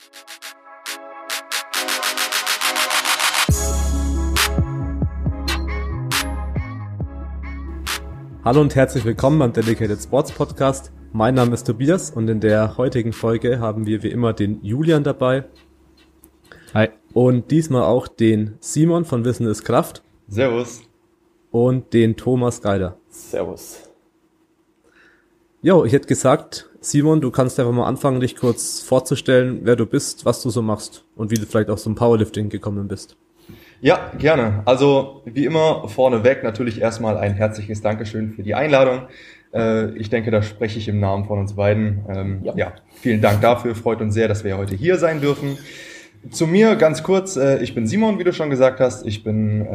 Hallo und herzlich willkommen beim Dedicated Sports Podcast. Mein Name ist Tobias und in der heutigen Folge haben wir wie immer den Julian dabei. Hi. Und diesmal auch den Simon von Wissen ist Kraft. Servus. Und den Thomas Geider. Servus. Jo, ich hätte gesagt, Simon, du kannst einfach mal anfangen, dich kurz vorzustellen, wer du bist, was du so machst und wie du vielleicht auch zum Powerlifting gekommen bist. Ja, gerne. Also wie immer vorneweg natürlich erstmal ein herzliches Dankeschön für die Einladung. Ich denke, da spreche ich im Namen von uns beiden. Ja, vielen Dank dafür. Freut uns sehr, dass wir heute hier sein dürfen. Zu mir ganz kurz, ich bin Simon, wie du schon gesagt hast. Ich bin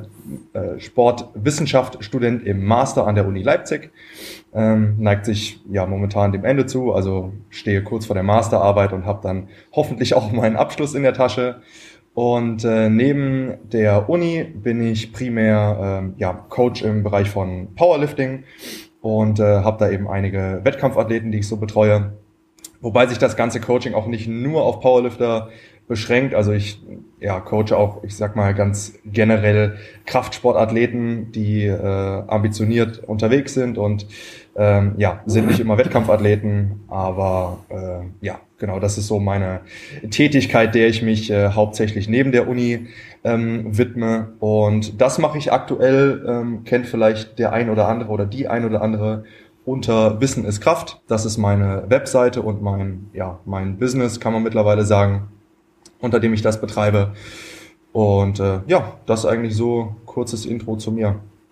Sportwissenschaftsstudent im Master an der Uni Leipzig. Neigt sich ja momentan dem Ende zu, also stehe kurz vor der Masterarbeit und habe dann hoffentlich auch meinen Abschluss in der Tasche. Und neben der Uni bin ich primär Coach im Bereich von Powerlifting und habe da eben einige Wettkampfathleten, die ich so betreue. Wobei sich das ganze Coaching auch nicht nur auf Powerlifter beschränkt. Also ich coache auch, ich sag mal ganz generell Kraftsportathleten, die ambitioniert unterwegs sind und sind nicht immer Wettkampfathleten, aber genau, das ist so meine Tätigkeit, der ich mich hauptsächlich neben der Uni widme. Und das mache ich aktuell, kennt vielleicht der ein oder andere oder die ein oder andere unter Wissen ist Kraft. Das ist meine Webseite und mein Business, kann man mittlerweile sagen, unter dem ich das betreibe. Und das ist eigentlich so kurzes Intro zu mir.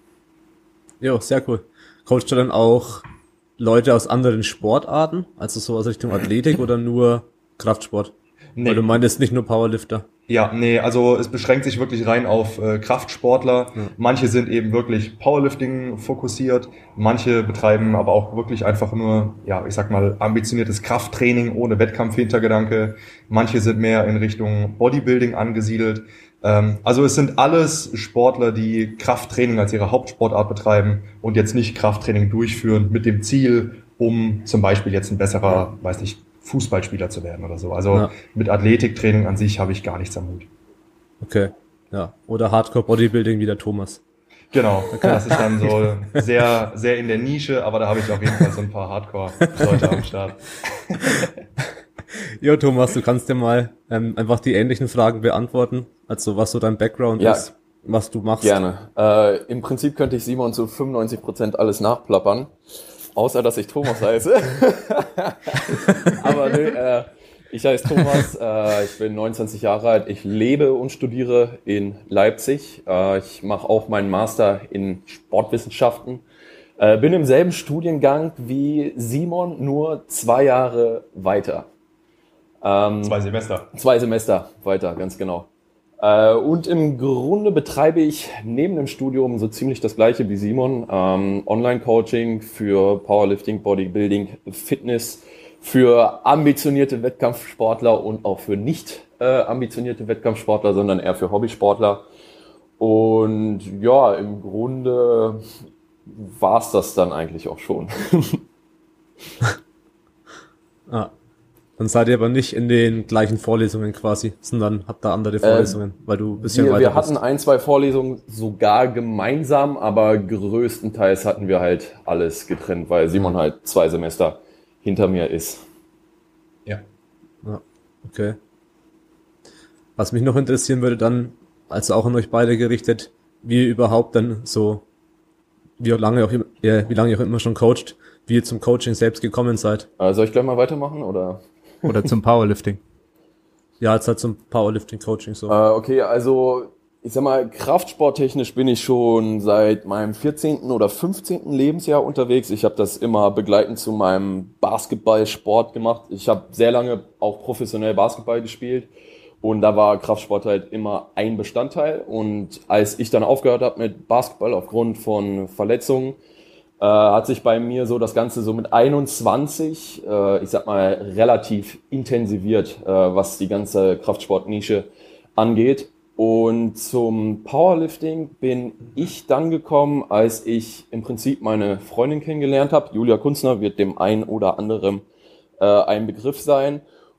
Jo, sehr cool. Coachst du dann auch Leute aus anderen Sportarten, also so aus Richtung Athletik oder nur Kraftsport? Nee. Weil du meintest nicht nur Powerlifter. Ja, nee, also es beschränkt sich wirklich rein auf Kraftsportler. Ja. Manche sind eben wirklich Powerlifting fokussiert, manche betreiben aber auch wirklich einfach nur, ich sag mal, ambitioniertes Krafttraining ohne Wettkampfhintergedanke. Manche sind mehr in Richtung Bodybuilding angesiedelt. Also es sind alles Sportler, die Krafttraining als ihre Hauptsportart betreiben und jetzt nicht Krafttraining durchführen mit dem Ziel, um zum Beispiel jetzt ein besserer, Fußballspieler zu werden oder so. Also mit Athletiktraining an sich habe ich gar nichts am Hut. Okay, ja. Oder Hardcore-Bodybuilding wie der Thomas. Genau, das ist dann so sehr, sehr in der Nische, aber da habe ich auf jeden Fall so ein paar Hardcore-Leute am Start. Jo, Thomas, du kannst dir mal einfach die ähnlichen Fragen beantworten, also was so dein Background ist, was du machst. Gerne. Im Prinzip könnte ich Simon zu 95% alles nachplappern. Außer, dass ich Thomas heiße. Aber ich heiße Thomas, ich bin 29 Jahre alt, ich lebe und studiere in Leipzig. Ich mache auch meinen Master in Sportwissenschaften. Bin im selben Studiengang wie Simon, nur 2 Jahre weiter. 2 Semester. 2 Semester weiter, ganz genau. Und im Grunde betreibe ich neben dem Studium so ziemlich das Gleiche wie Simon. Online-Coaching für Powerlifting, Bodybuilding, Fitness, für ambitionierte Wettkampfsportler und auch für nicht ambitionierte Wettkampfsportler, sondern eher für Hobbysportler. Und ja, im Grunde war's das dann eigentlich auch schon. Dann seid ihr aber nicht in den gleichen Vorlesungen quasi, sondern habt da andere Vorlesungen, weil du ein bisschen weiter bist. Wir hatten 1, 2 Vorlesungen sogar gemeinsam, aber größtenteils hatten wir halt alles getrennt, weil Simon halt 2 Semester hinter mir ist. Ja, okay. Was mich noch interessieren würde dann, also auch an euch beide gerichtet, wie ihr überhaupt dann so, wie lange ihr auch immer schon coacht, wie ihr zum Coaching selbst gekommen seid. Soll ich gleich mal weitermachen oder? Oder zum Powerlifting. Ja, jetzt halt zum Powerlifting-Coaching so. Okay, also ich sag mal, kraftsporttechnisch bin ich schon seit meinem 14. oder 15. Lebensjahr unterwegs. Ich habe das immer begleitend zu meinem Basketballsport gemacht. Ich habe sehr lange auch professionell Basketball gespielt und da war Kraftsport halt immer ein Bestandteil. Und als ich dann aufgehört habe mit Basketball aufgrund von Verletzungen, hat sich bei mir so das Ganze so mit 21, ich sag mal, relativ intensiviert, was die ganze Kraftsportnische angeht. Und zum Powerlifting bin ich dann gekommen, als ich im Prinzip meine Freundin kennengelernt habe. Julia Kunzner wird dem einen oder anderen ein Begriff sein.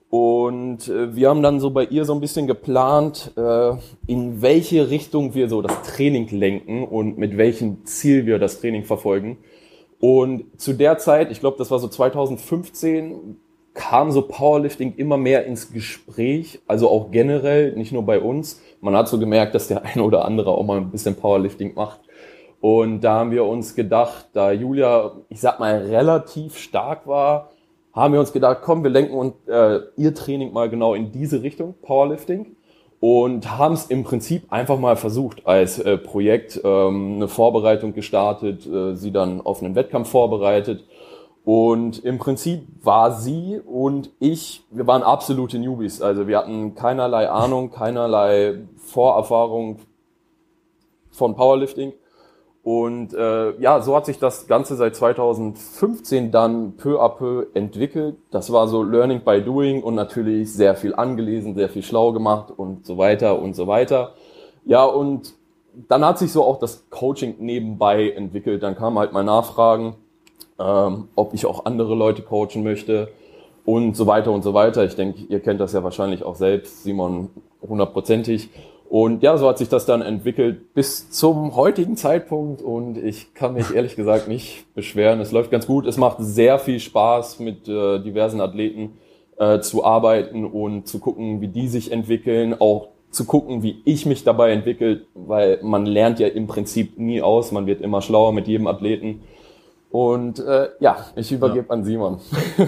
Und wir haben dann so bei ihr so ein bisschen geplant, in welche Richtung wir so das Training lenken und mit welchem Ziel wir das Training verfolgen. Und zu der Zeit, ich glaube, das war so 2015, kam so Powerlifting immer mehr ins Gespräch, also auch generell, nicht nur bei uns. Man hat so gemerkt, dass der eine oder andere auch mal ein bisschen Powerlifting macht. Und da haben wir uns gedacht, da Julia, ich sag mal, relativ stark war, haben wir uns gedacht, komm, wir lenken ihr Training mal genau in diese Richtung, Powerlifting. Und haben es im Prinzip einfach mal versucht als Projekt, eine Vorbereitung gestartet, sie dann auf einen Wettkampf vorbereitet. Und im Prinzip war sie und ich, wir waren absolute Newbies. Also wir hatten keinerlei Ahnung, keinerlei Vorerfahrung von Powerlifting. Und so hat sich das Ganze seit 2015 dann peu à peu entwickelt. Das war so Learning by Doing und natürlich sehr viel angelesen, sehr viel schlau gemacht und so weiter und so weiter. Ja, und dann hat sich so auch das Coaching nebenbei entwickelt. Dann kamen halt mal Nachfragen, ob ich auch andere Leute coachen möchte und so weiter und so weiter. Ich denke, ihr kennt das ja wahrscheinlich auch selbst, Simon, 100%ig. Und ja, so hat sich das dann entwickelt bis zum heutigen Zeitpunkt und ich kann mich ehrlich gesagt nicht beschweren. Es läuft ganz gut, es macht sehr viel Spaß, mit diversen Athleten zu arbeiten und zu gucken, wie die sich entwickeln, auch zu gucken, wie ich mich dabei entwickle, weil man lernt ja im Prinzip nie aus, man wird immer schlauer mit jedem Athleten. Und ich übergebe an Simon.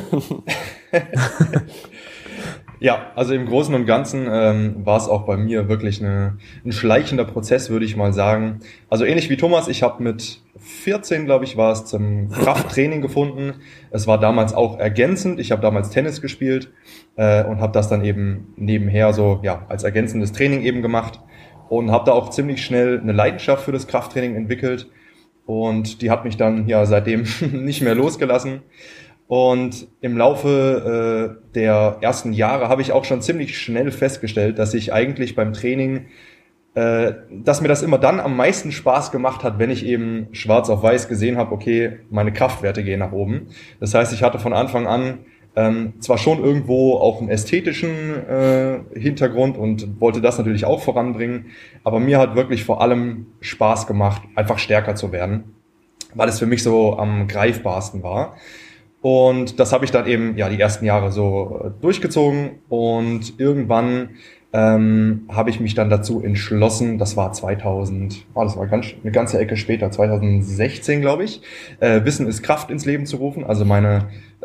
Ja, also im Großen und Ganzen war es auch bei mir wirklich ein schleichender Prozess, würde ich mal sagen. Also ähnlich wie Thomas, ich habe mit 14, glaube ich, war es zum Krafttraining gefunden. Es war damals auch ergänzend. Ich habe damals Tennis gespielt und habe das dann eben nebenher so als ergänzendes Training eben gemacht und habe da auch ziemlich schnell eine Leidenschaft für das Krafttraining entwickelt. Und die hat mich dann seitdem nicht mehr losgelassen. Und im Laufe der ersten Jahre habe ich auch schon ziemlich schnell festgestellt, dass ich eigentlich beim Training, dass mir das immer dann am meisten Spaß gemacht hat, wenn ich eben schwarz auf weiß gesehen habe, okay, meine Kraftwerte gehen nach oben. Das heißt, ich hatte von Anfang an zwar schon irgendwo auch einen ästhetischen Hintergrund und wollte das natürlich auch voranbringen, aber mir hat wirklich vor allem Spaß gemacht, einfach stärker zu werden, weil es für mich so am greifbarsten war. Und das habe ich dann eben die ersten Jahre so durchgezogen und irgendwann habe ich mich dann dazu entschlossen, das war das war eine ganze Ecke später, 2016 glaube ich, Wissen ist Kraft ins Leben zu rufen, also meine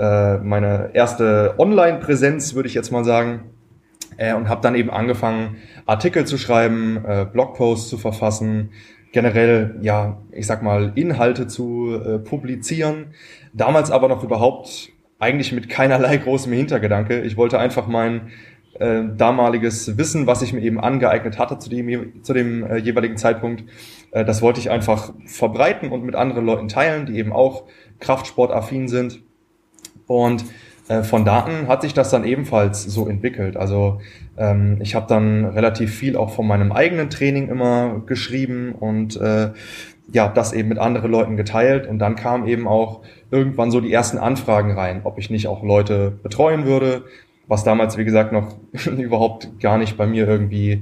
erste Online-Präsenz, würde ich jetzt mal sagen, und habe dann eben angefangen, Artikel zu schreiben, Blogposts zu verfassen, generell, ich sag mal, Inhalte zu publizieren. Damals aber noch überhaupt eigentlich mit keinerlei großem Hintergedanke. Ich wollte einfach mein damaliges Wissen, was ich mir eben angeeignet hatte zu dem jeweiligen Zeitpunkt, das wollte ich einfach verbreiten und mit anderen Leuten teilen, die eben auch kraftsportaffin sind. Und von da an hat sich das dann ebenfalls so entwickelt. Also ich habe dann relativ viel auch von meinem eigenen Training immer geschrieben und das eben mit anderen Leuten geteilt. Und dann kamen eben auch irgendwann so die ersten Anfragen rein, ob ich nicht auch Leute betreuen würde, was damals, wie gesagt, noch überhaupt gar nicht bei mir irgendwie,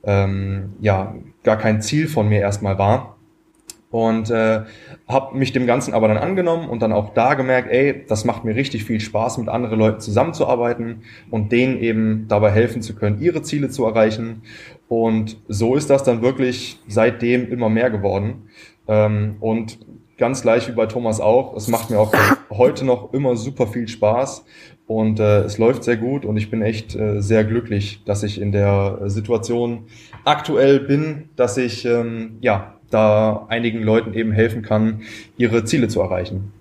gar kein Ziel von mir erstmal war. Und habe mich dem Ganzen aber dann angenommen und dann auch da gemerkt, das macht mir richtig viel Spaß, mit anderen Leuten zusammenzuarbeiten und denen eben dabei helfen zu können, ihre Ziele zu erreichen. Und so ist das dann wirklich seitdem immer mehr geworden. Und ganz gleich wie bei Thomas auch, es macht mir auch heute noch immer super viel Spaß und es läuft sehr gut und ich bin echt sehr glücklich, dass ich in der Situation aktuell bin, dass ich da einigen Leuten eben helfen kann, ihre Ziele zu erreichen.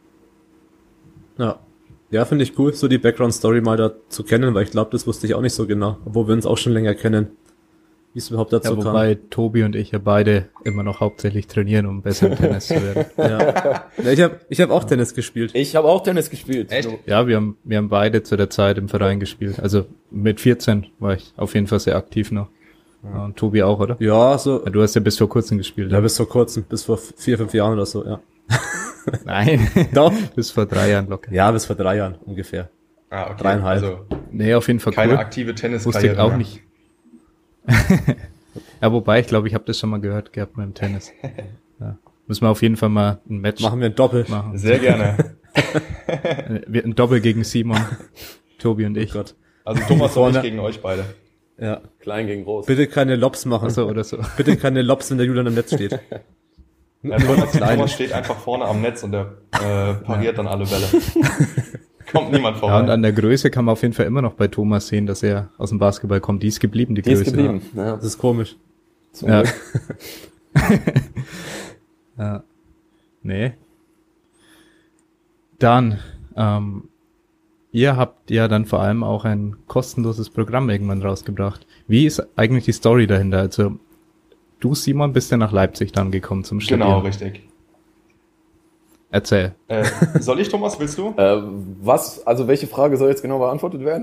Ja, finde ich cool, so die Background-Story mal da zu kennen, weil ich glaube, das wusste ich auch nicht so genau, obwohl wir uns auch schon länger kennen, wie es überhaupt dazu kam. Wobei Tobi und ich ja beide immer noch hauptsächlich trainieren, um besser im Tennis zu werden. Ja, ich hab auch Tennis gespielt. Ich habe auch Tennis gespielt. Echt? Ja, wir haben beide zu der Zeit im Verein gespielt. Also mit 14 war ich auf jeden Fall sehr aktiv noch. Ja, und Tobi auch, oder? Ja, so. Du hast ja bis vor kurzem gespielt. Ja, bis vor kurzem, bis vor 4-5 Jahren oder so, ja. Nein, Doch. bis vor 3 Jahren locker. Ja, bis vor 3 Jahren ungefähr. Okay. 3,5. Also Nee, auf jeden Fall keine cool. aktive Wusste Tenniskarriere ich auch mehr. nicht. Ja, wobei, ich glaube, ich habe das schon mal gehört gehabt mit dem Tennis. Ja. Müssen wir auf jeden Fall mal ein Match Machen wir ein Doppel. machen. Sehr gerne. Ein Doppel gegen Simon, Tobi und ich. Oh Gott. Also Thomas und ich Vorne. gegen euch beide. Ja. Klein gegen groß. Bitte keine Lobs machen. Ach so, oder so. Bitte keine Lobs, wenn der Julian am Netz steht. Ja, Nur Thomas klein. steht einfach vorne am Netz und der pariert dann alle Bälle. Kommt niemand vorbei. Ja, und an der Größe kann man auf jeden Fall immer noch bei Thomas sehen, dass er aus dem Basketball kommt. Die ist geblieben, die Die Größe. ist geblieben. Ja, Das ist komisch. zum Ja. Glück. Ja. Nee. Dann, ihr habt ja dann vor allem auch ein kostenloses Programm irgendwann rausgebracht. Wie ist eigentlich die Story dahinter? Also, du, Simon, bist ja nach Leipzig dann gekommen zum Studieren. Genau, richtig. Erzähl. Soll ich, Thomas, willst du? Also welche Frage soll jetzt genau beantwortet werden?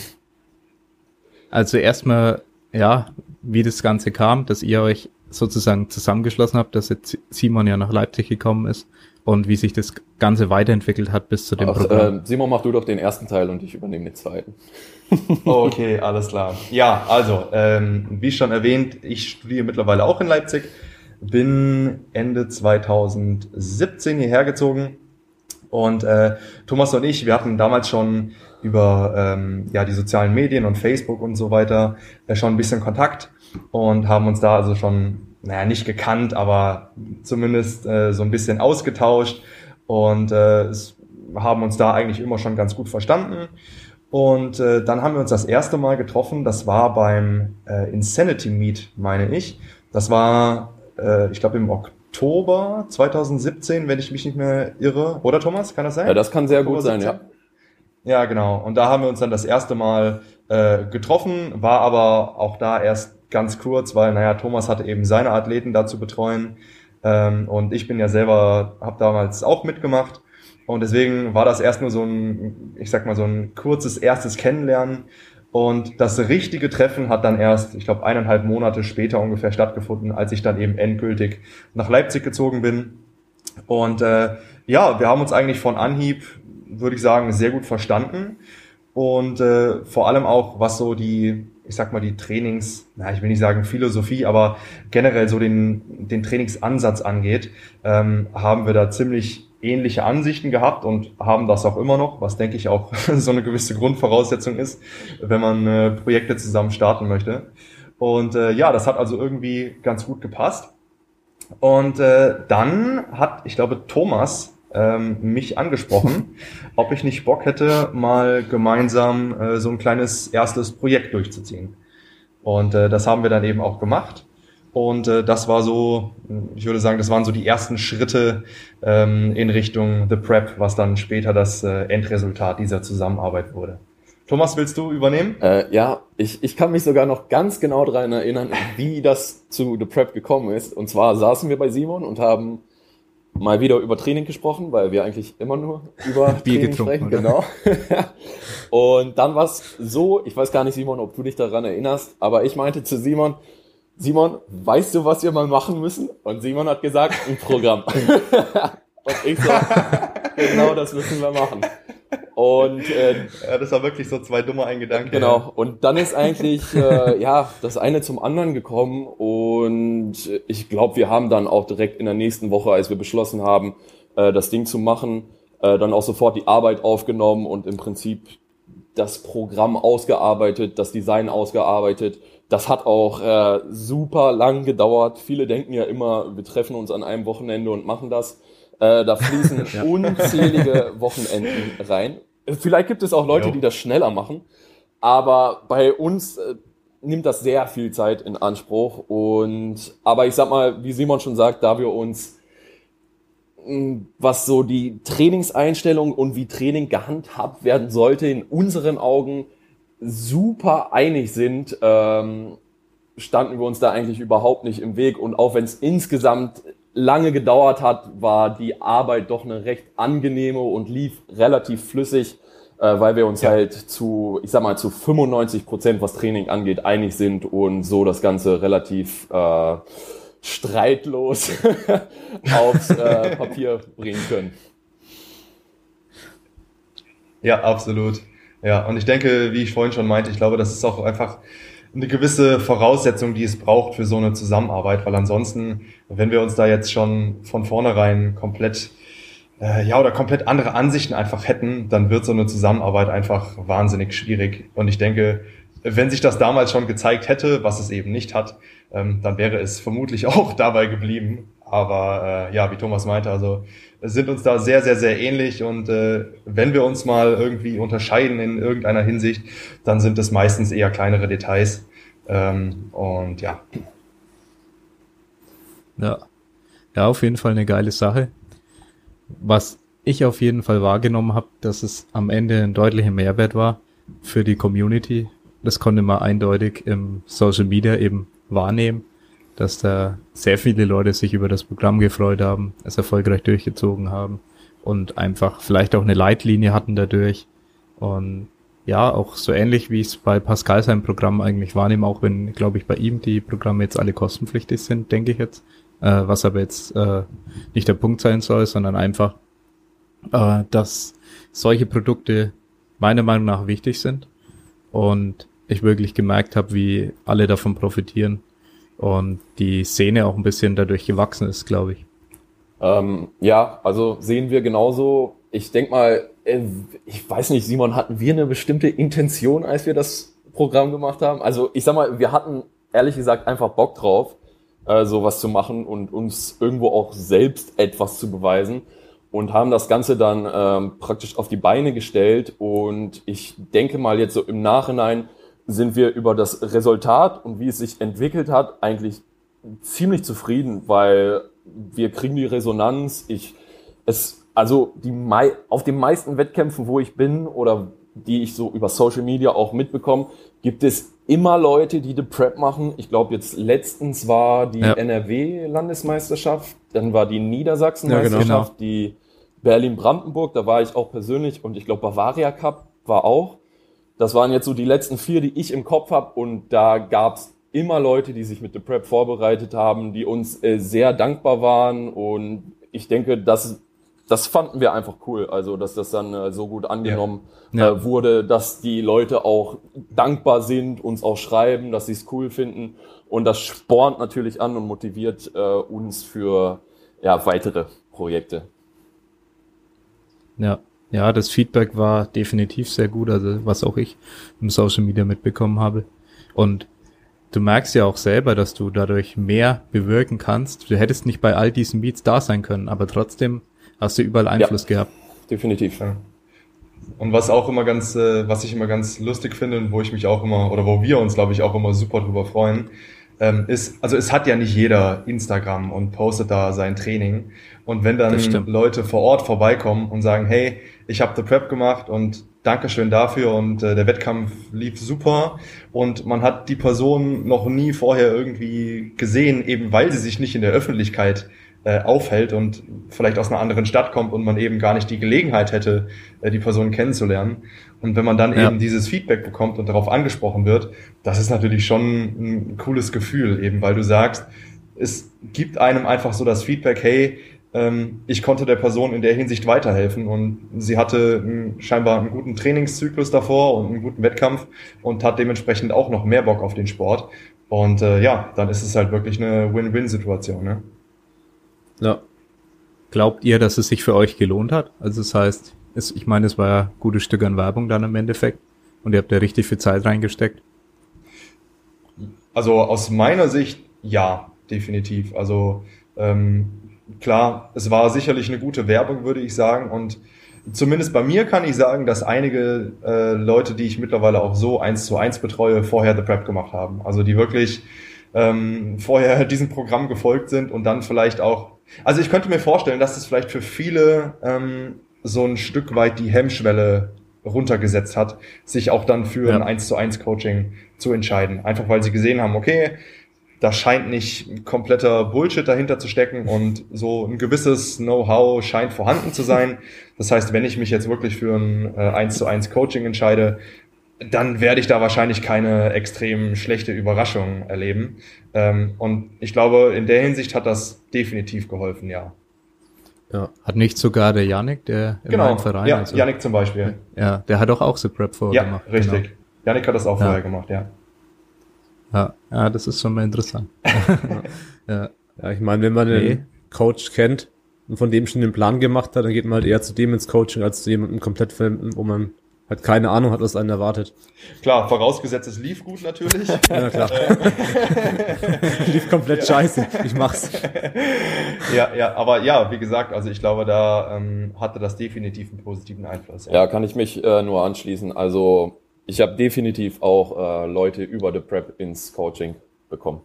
Also erstmal, ja, wie das Ganze kam, dass ihr euch sozusagen zusammengeschlossen habt, dass jetzt Simon ja nach Leipzig gekommen ist und wie sich das Ganze weiterentwickelt hat bis zu dem Programm. Simon, mach du doch den ersten Teil und ich übernehme den zweiten. Okay, alles klar. Ja, also, wie schon erwähnt, ich studiere mittlerweile auch in Leipzig, bin Ende 2017 hierher gezogen und Thomas und ich, wir hatten damals schon über die sozialen Medien und Facebook und so weiter schon ein bisschen Kontakt und haben uns da also schon, nicht gekannt, aber zumindest so ein bisschen ausgetauscht und haben uns da eigentlich immer schon ganz gut verstanden. Und dann haben wir uns das erste Mal getroffen, das war beim Insanity Meet, meine ich. Das war, ich glaube, im Oktober 2017, wenn ich mich nicht mehr irre. Oder, Thomas? Kann das sein? Ja, das kann sehr gut Oktober sein, 17? ja. Ja, genau. Und da haben wir uns dann das erste Mal getroffen, war aber auch da erst ganz kurz, weil, Thomas hatte eben seine Athleten da zu betreuen. Und ich bin ja selber, habe damals auch mitgemacht. Und deswegen war das erst nur so ein kurzes erstes Kennenlernen. Und das richtige Treffen hat dann erst, ich glaube, 1,5 Monate später ungefähr stattgefunden, als ich dann eben endgültig nach Leipzig gezogen bin. Und wir haben uns eigentlich von Anhieb, würde ich sagen, sehr gut verstanden. Und vor allem auch, was so die Trainings, ich will nicht sagen Philosophie, aber generell so den Trainingsansatz angeht, haben wir da ziemlich ähnliche Ansichten gehabt und haben das auch immer noch, was denke ich auch so eine gewisse Grundvoraussetzung ist, wenn man Projekte zusammen starten möchte. Und das hat also irgendwie ganz gut gepasst. Und dann hat, ich glaube, Thomas mich angesprochen, ob ich nicht Bock hätte, mal gemeinsam so ein kleines erstes Projekt durchzuziehen. Und das haben wir dann eben auch gemacht. Und das war so, ich würde sagen, das waren so die ersten Schritte in Richtung The Prep, was dann später das Endresultat dieser Zusammenarbeit wurde. Thomas, willst du übernehmen? Ja, ich kann mich sogar noch ganz genau daran erinnern, wie das zu The Prep gekommen ist. Und zwar saßen wir bei Simon und haben mal wieder über Training gesprochen, weil wir eigentlich immer nur über Bier Training getrunken, sprechen. Genau. Und dann war es so, ich weiß gar nicht, Simon, ob du dich daran erinnerst, aber ich meinte zu Simon, weißt du, was wir mal machen müssen? Und Simon hat gesagt, ein Programm. Und ich so, genau das müssen wir machen. Und das war wirklich so zwei dumme ein Gedanke. genau. Und dann ist eigentlich das eine zum anderen gekommen. Und ich glaube, wir haben dann auch direkt in der nächsten Woche, als wir beschlossen haben, das Ding zu machen, dann auch sofort die Arbeit aufgenommen und im Prinzip das Programm ausgearbeitet, das Design ausgearbeitet. Das hat auch super lang gedauert. Viele denken ja immer, wir treffen uns an einem Wochenende und machen das. Da fließen unzählige Wochenenden rein. Vielleicht gibt es auch Leute, die das schneller machen. Aber bei uns nimmt das sehr viel Zeit in Anspruch. Aber ich sag mal, wie Simon schon sagt, da wir uns, was so die Trainingseinstellung und wie Training gehandhabt werden sollte, in unseren Augen super einig sind, standen wir uns da eigentlich überhaupt nicht im Weg. Und auch wenn es insgesamt lange gedauert hat, war die Arbeit doch eine recht angenehme und lief relativ flüssig, weil wir uns halt zu 95%, was Training angeht, einig sind und so das Ganze relativ streitlos aufs Papier bringen können. Ja, absolut. Ja, und ich denke, wie ich vorhin schon meinte, ich glaube, das ist auch einfach eine gewisse Voraussetzung, die es braucht für so eine Zusammenarbeit, weil ansonsten, wenn wir uns da jetzt schon von vornherein komplett oder komplett andere Ansichten einfach hätten, dann wird so eine Zusammenarbeit einfach wahnsinnig schwierig. Und ich denke, wenn sich das damals schon gezeigt hätte, was es eben nicht hat, dann wäre es vermutlich auch dabei geblieben. Aber wie Thomas meinte, also es sind uns da sehr, sehr, sehr ähnlich. Und wenn wir uns mal irgendwie unterscheiden in irgendeiner Hinsicht, dann sind es meistens eher kleinere Details. Und ja. Ja. Ja, auf jeden Fall eine geile Sache. Was ich auf jeden Fall wahrgenommen habe, dass es am Ende ein deutlicher Mehrwert war für die Community. Das konnte man eindeutig im Social Media eben wahrnehmen, dass da sehr viele Leute sich über das Programm gefreut haben, es erfolgreich durchgezogen haben und einfach vielleicht auch eine Leitlinie hatten dadurch. Und ja, auch so ähnlich wie ich es bei Pascal seinem Programm eigentlich wahrnehme, auch wenn, glaube ich, bei ihm die Programme jetzt alle kostenpflichtig sind, denke ich jetzt. Was aber jetzt nicht der Punkt sein soll, sondern einfach, dass solche Produkte meiner Meinung nach wichtig sind und ich wirklich gemerkt habe, wie alle davon profitieren und die Szene auch ein bisschen dadurch gewachsen ist, glaube ich. Also sehen wir genauso. Ich denke mal, ich weiß nicht, Simon, hatten wir eine bestimmte Intention, als wir das Programm gemacht haben? Also ich sag mal, wir hatten ehrlich gesagt einfach Bock drauf, sowas zu machen und uns irgendwo auch selbst etwas zu beweisen und haben das Ganze dann praktisch auf die Beine gestellt. Und ich denke mal jetzt so im Nachhinein sind wir über das Resultat und wie es sich entwickelt hat eigentlich ziemlich zufrieden, weil wir kriegen die Resonanz. Auf den meisten Wettkämpfen, wo ich bin oder die ich so über Social Media auch mitbekomme, gibt es immer Leute, die Prep machen. Ich glaube, jetzt letztens war die NRW-Landesmeisterschaft, dann war die Niedersachsen-Meisterschaft, die Berlin-Brandenburg, da war ich auch persönlich und ich glaube, Bavaria Cup war auch. Das waren jetzt so die letzten 4, die ich im Kopf habe und da gab's immer Leute, die sich mit der Prep vorbereitet haben, die uns sehr dankbar waren und ich denke, das fanden wir einfach cool, also dass das dann so gut angenommen wurde, dass die Leute auch dankbar sind, uns auch schreiben, dass sie es cool finden und das spornt natürlich an und motiviert uns für weitere Projekte. Ja, das Feedback war definitiv sehr gut, also was auch ich im Social Media mitbekommen habe. Und du merkst ja auch selber, dass du dadurch mehr bewirken kannst. Du hättest nicht bei all diesen Meets da sein können, aber trotzdem hast du überall Einfluss gehabt. Definitiv. Ja. Und was ich immer ganz lustig finde und wo ich mich auch immer, oder wo wir uns, glaube ich, auch immer super drüber freuen, ist, also es hat ja nicht jeder Instagram und postet da sein Training. Und wenn dann Leute vor Ort vorbeikommen und sagen, hey, ich habe The Prep gemacht und Dankeschön dafür und der Wettkampf lief super und man hat die Person noch nie vorher irgendwie gesehen, eben weil sie sich nicht in der Öffentlichkeit aufhält und vielleicht aus einer anderen Stadt kommt und man eben gar nicht die Gelegenheit hätte, die Person kennenzulernen. Und wenn man dann eben dieses Feedback bekommt und darauf angesprochen wird, das ist natürlich schon ein cooles Gefühl, eben weil du sagst, es gibt einem einfach so das Feedback, hey, ich konnte der Person in der Hinsicht weiterhelfen und sie hatte scheinbar einen guten Trainingszyklus davor und einen guten Wettkampf und hat dementsprechend auch noch mehr Bock auf den Sport. Und dann ist es halt wirklich eine Win-Win-Situation, ne? Ja. Glaubt ihr, dass es sich für euch gelohnt hat? Also das heißt, ich meine, es war ja ein gutes Stück an Werbung dann im Endeffekt und ihr habt ja richtig viel Zeit reingesteckt. Also aus meiner Sicht ja, definitiv. Also klar, es war sicherlich eine gute Werbung, würde ich sagen. Und zumindest bei mir kann ich sagen, dass einige Leute, die ich mittlerweile auch so 1:1 betreue, vorher The Prep gemacht haben. Also die wirklich vorher diesem Programm gefolgt sind und dann vielleicht auch, also ich könnte mir vorstellen, dass es vielleicht für viele so ein Stück weit die Hemmschwelle runtergesetzt hat, sich auch dann für ein 1:1 Coaching zu entscheiden. Einfach weil sie gesehen haben, okay, da scheint nicht kompletter Bullshit dahinter zu stecken und so ein gewisses Know-how scheint vorhanden zu sein. Das heißt, wenn ich mich jetzt wirklich für ein 1:1 Coaching entscheide, dann werde ich da wahrscheinlich keine extrem schlechte Überraschung erleben. Und ich glaube, in der Hinsicht hat das definitiv geholfen, ja. Ja. Hat nicht sogar der Yannick, der in Genau, meinem Verein, ja, Yannick zum Beispiel. ja, der hat doch auch The Prep vorher Ja, gemacht. richtig. Genau. Yannick hat das auch vorher gemacht, ja. Ja, das ist schon mal interessant. Ja. Ja, ich meine, wenn man einen Coach kennt und von dem schon den Plan gemacht hat, dann geht man halt eher zu dem ins Coaching als zu jemandem komplett Fremden, wo man halt keine Ahnung hat, was einen erwartet. Klar, vorausgesetzt, es lief gut natürlich. Ja, klar. Lief komplett scheiße. Ich mach's. Ja, aber ja, wie gesagt, also ich glaube, da hatte das definitiv einen positiven Einfluss. Ja, kann ich mich nur anschließen. Also ich habe definitiv auch Leute über The Prep ins Coaching bekommen.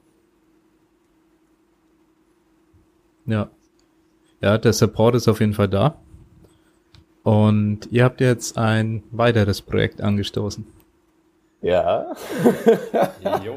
Ja. Ja, der Support ist auf jeden Fall da. Und ihr habt jetzt ein weiteres Projekt angestoßen. Ja. Jo.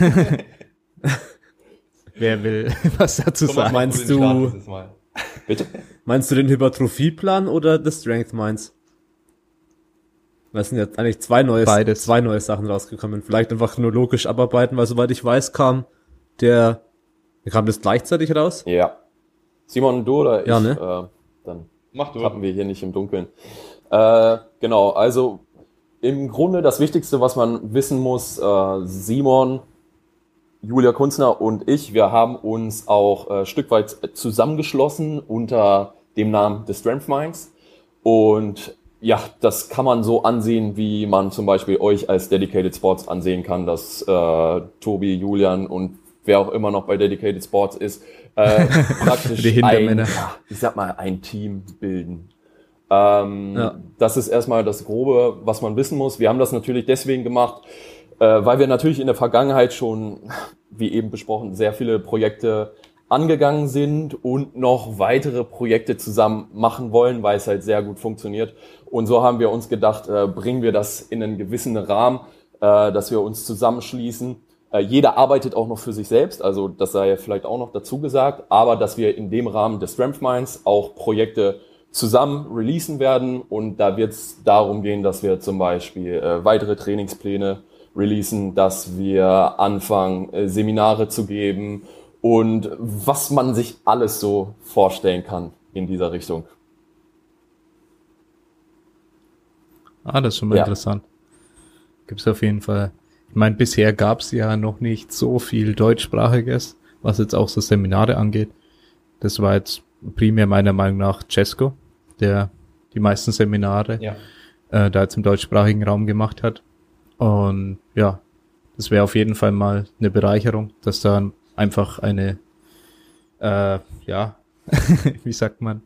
Wer will was dazu Thomas, sagen? mach Meinst den Start du- dieses Mal. Bitte? Meinst du den Hypertrophieplan oder das Strength Minds? Es sind jetzt eigentlich zwei neue Sachen rausgekommen. Vielleicht einfach chronologisch abarbeiten, weil soweit ich weiß, kam das gleichzeitig raus? Ja. Simon, du oder ich? Ja, ne? Dann Mach du. tappen wir hier nicht im Dunkeln. Genau, also im Grunde das Wichtigste, was man wissen muss, Simon, Julia Kunzner und ich, wir haben uns auch ein Stück weit zusammengeschlossen unter dem Namen The Strength Minds. Und ja, das kann man so ansehen, wie man zum Beispiel euch als Dedicated Sports ansehen kann, dass Tobi, Julian und wer auch immer noch bei Dedicated Sports ist, praktisch Die Hintermänner. ein Team bilden. Das ist erstmal das Grobe, was man wissen muss. Wir haben das natürlich deswegen gemacht, weil wir natürlich in der Vergangenheit schon, wie eben besprochen, sehr viele Projekte angegangen sind und noch weitere Projekte zusammen machen wollen, weil es halt sehr gut funktioniert. Und so haben wir uns gedacht, bringen wir das in einen gewissen Rahmen, dass wir uns zusammenschließen. Jeder arbeitet auch noch für sich selbst, also das sei ja vielleicht auch noch dazu gesagt, aber dass wir in dem Rahmen des Strength Minds auch Projekte zusammen releasen werden, und da wird es darum gehen, dass wir zum Beispiel weitere Trainingspläne releasen, dass wir anfangen, Seminare zu geben und was man sich alles so vorstellen kann in dieser Richtung. Das ist schon mal Ja. interessant. Gibt's auf jeden Fall. Ich meine, bisher gab's ja noch nicht so viel Deutschsprachiges, was jetzt auch so Seminare angeht. Das war jetzt primär meiner Meinung nach Cesco, der die meisten Seminare Ja. da jetzt im deutschsprachigen Raum gemacht hat. Und ja, das wäre auf jeden Fall mal eine Bereicherung, dass da einfach eine, wie sagt man,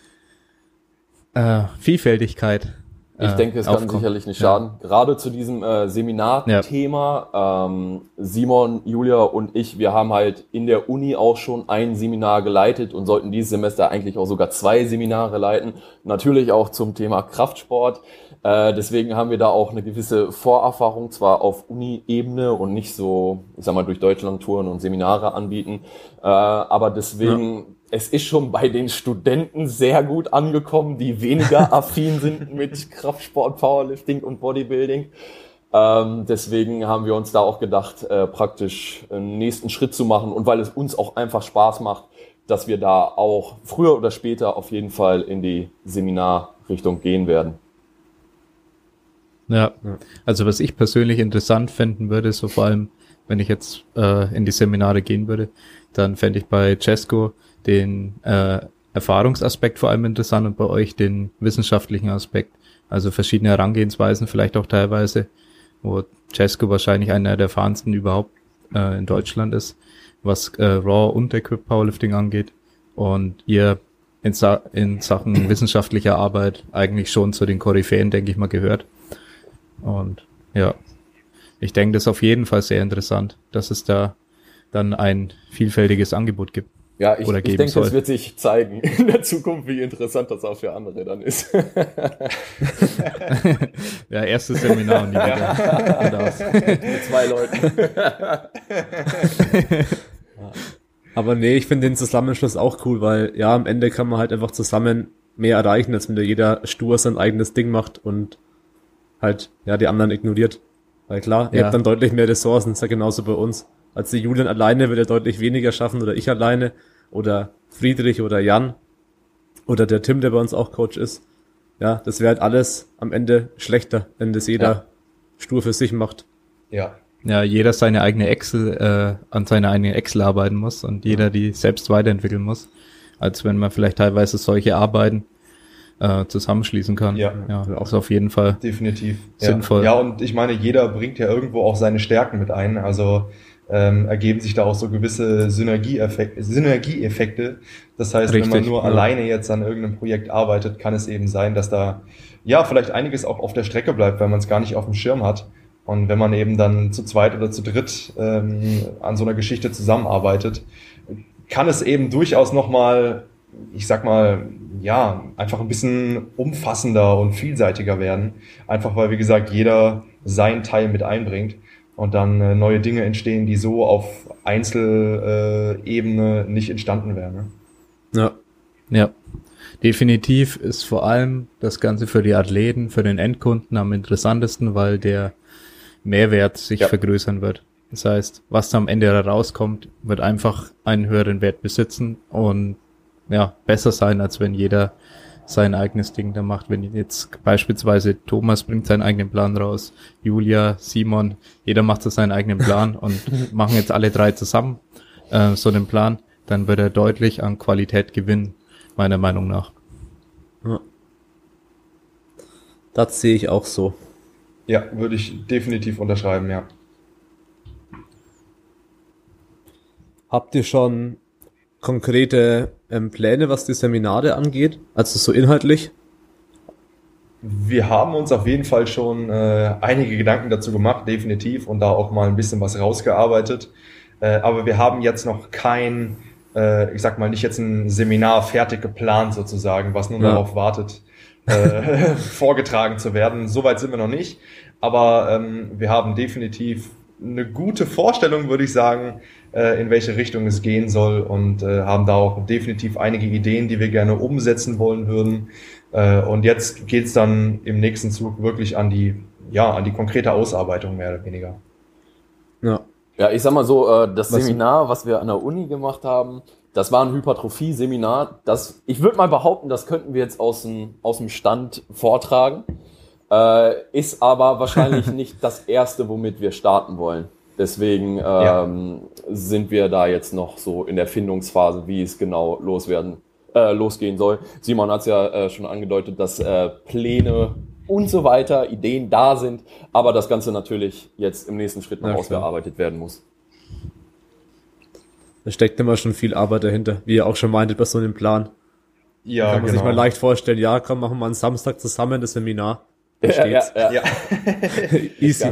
Vielfältigkeit Ich denke, es kann aufkommt. sicherlich nicht schaden. Gerade zu diesem Seminarthema, Simon, Julia und ich, wir haben halt in der Uni auch schon ein Seminar geleitet und sollten dieses Semester eigentlich auch sogar 2 Seminare leiten. Natürlich auch zum Thema Kraftsport. Deswegen haben wir da auch eine gewisse Vorerfahrung, zwar auf Uni-Ebene und nicht so, ich sag mal, durch Deutschland touren und Seminare anbieten. Aber deswegen, es ist schon bei den Studenten sehr gut angekommen, die weniger affin sind mit Kraftsport, Powerlifting und Bodybuilding. Deswegen haben wir uns da auch gedacht, praktisch einen nächsten Schritt zu machen, und weil es uns auch einfach Spaß macht, dass wir da auch früher oder später auf jeden Fall in die Seminarrichtung gehen werden. Ja, also was ich persönlich interessant finden würde, so vor allem, wenn ich jetzt in die Seminare gehen würde, dann fände ich bei Cesco den Erfahrungsaspekt vor allem interessant und bei euch den wissenschaftlichen Aspekt. Also verschiedene Herangehensweisen vielleicht auch teilweise, wo Cesco wahrscheinlich einer der erfahrensten überhaupt in Deutschland ist, was Raw und Equip Powerlifting angeht, und ihr in Sachen wissenschaftlicher Arbeit eigentlich schon zu den Koryphäen, denke ich mal, gehört. Und ja, ich denke, das ist auf jeden Fall sehr interessant, dass es da dann ein vielfältiges Angebot gibt. Ja, ich Oder geben denke, soll. es wird sich zeigen in der Zukunft, wie interessant das auch für andere dann ist. Ja, erstes Seminar und die wieder aus. Mit 2 Leuten. Aber nee, ich finde den Zusammenschluss auch cool, weil ja, am Ende kann man halt einfach zusammen mehr erreichen, als wenn da jeder stur sein eigenes Ding macht und halt, ja, die anderen ignoriert. Weil klar, ihr Ja. habt dann deutlich mehr Ressourcen, ist ja genauso bei uns. Als die Julian alleine wird er deutlich weniger schaffen, oder ich alleine, oder Friedrich oder Jan. oder der Tim, der bei uns auch Coach ist. Ja, das wäre halt alles am Ende schlechter, wenn das jeder stur für sich macht. Ja. Ja, jeder seine eigene Excel, an seiner eigenen Excel arbeiten muss und jeder die selbst weiterentwickeln muss, als wenn man vielleicht teilweise solche Arbeiten zusammenschließen kann. Ja. Auch auf jeden Fall Definitiv. sinnvoll. Ja, und ich meine, jeder bringt ja irgendwo auch seine Stärken mit ein. Also ergeben sich da auch so gewisse Synergieeffekte. Das heißt, Richtig, wenn man nur ja. alleine jetzt an irgendeinem Projekt arbeitet, kann es eben sein, dass da ja vielleicht einiges auch auf der Strecke bleibt, weil man es gar nicht auf dem Schirm hat. Und wenn man eben dann zu zweit oder zu dritt an so einer Geschichte zusammenarbeitet, kann es eben durchaus nochmal, ich sag mal, ja, einfach ein bisschen umfassender und vielseitiger werden. Einfach weil, wie gesagt, jeder seinen Teil mit einbringt und dann neue Dinge entstehen, die so auf Einzelebene nicht entstanden wären. Ne? Ja. Ja, definitiv ist vor allem das Ganze für die Athleten, für den Endkunden am interessantesten, weil der Mehrwert sich vergrößern wird. Das heißt, was da am Ende rauskommt, wird einfach einen höheren Wert besitzen und ja, besser sein, als wenn jeder sein eigenes Ding da macht. Wenn jetzt beispielsweise Thomas bringt seinen eigenen Plan raus, Julia, Simon, jeder macht so seinen eigenen Plan und machen jetzt alle drei zusammen so den Plan, dann wird er deutlich an Qualität gewinnen, meiner Meinung nach. Ja. Das sehe ich auch so. Ja, würde ich definitiv unterschreiben, ja. Habt ihr schon konkrete Pläne, was die Seminare angeht? Also so inhaltlich? Wir haben uns auf jeden Fall schon einige Gedanken dazu gemacht, definitiv, und da auch mal ein bisschen was rausgearbeitet. Aber wir haben jetzt noch kein, ich sag mal, nicht jetzt ein Seminar fertig geplant sozusagen, was nur darauf wartet, vorgetragen zu werden. Soweit sind wir noch nicht. Aber wir haben definitiv eine gute Vorstellung, würde ich sagen, in welche Richtung es gehen soll, und haben da auch definitiv einige Ideen, die wir gerne umsetzen wollen würden. Und jetzt geht's dann im nächsten Zug wirklich an die konkrete Ausarbeitung, mehr oder weniger. Ja. Ja, ich sag mal so, das Seminar, was wir an der Uni gemacht haben, das war ein Hypertrophie-Seminar. Ich würde mal behaupten, das könnten wir jetzt aus dem Stand vortragen. Ist aber wahrscheinlich nicht das erste, womit wir starten wollen. Deswegen sind wir da jetzt noch so in der Findungsphase, wie es genau losgehen soll. Simon hat es ja schon angedeutet, dass Pläne und so weiter, Ideen da sind, aber das Ganze natürlich jetzt im nächsten Schritt noch ausgearbeitet werden muss. Da steckt immer schon viel Arbeit dahinter, wie ihr auch schon meintet bei so einem Plan. Ja, kann man sich mal leicht vorstellen, ja, komm, machen wir einen Samstag zusammen das Seminar. Ja. Easy.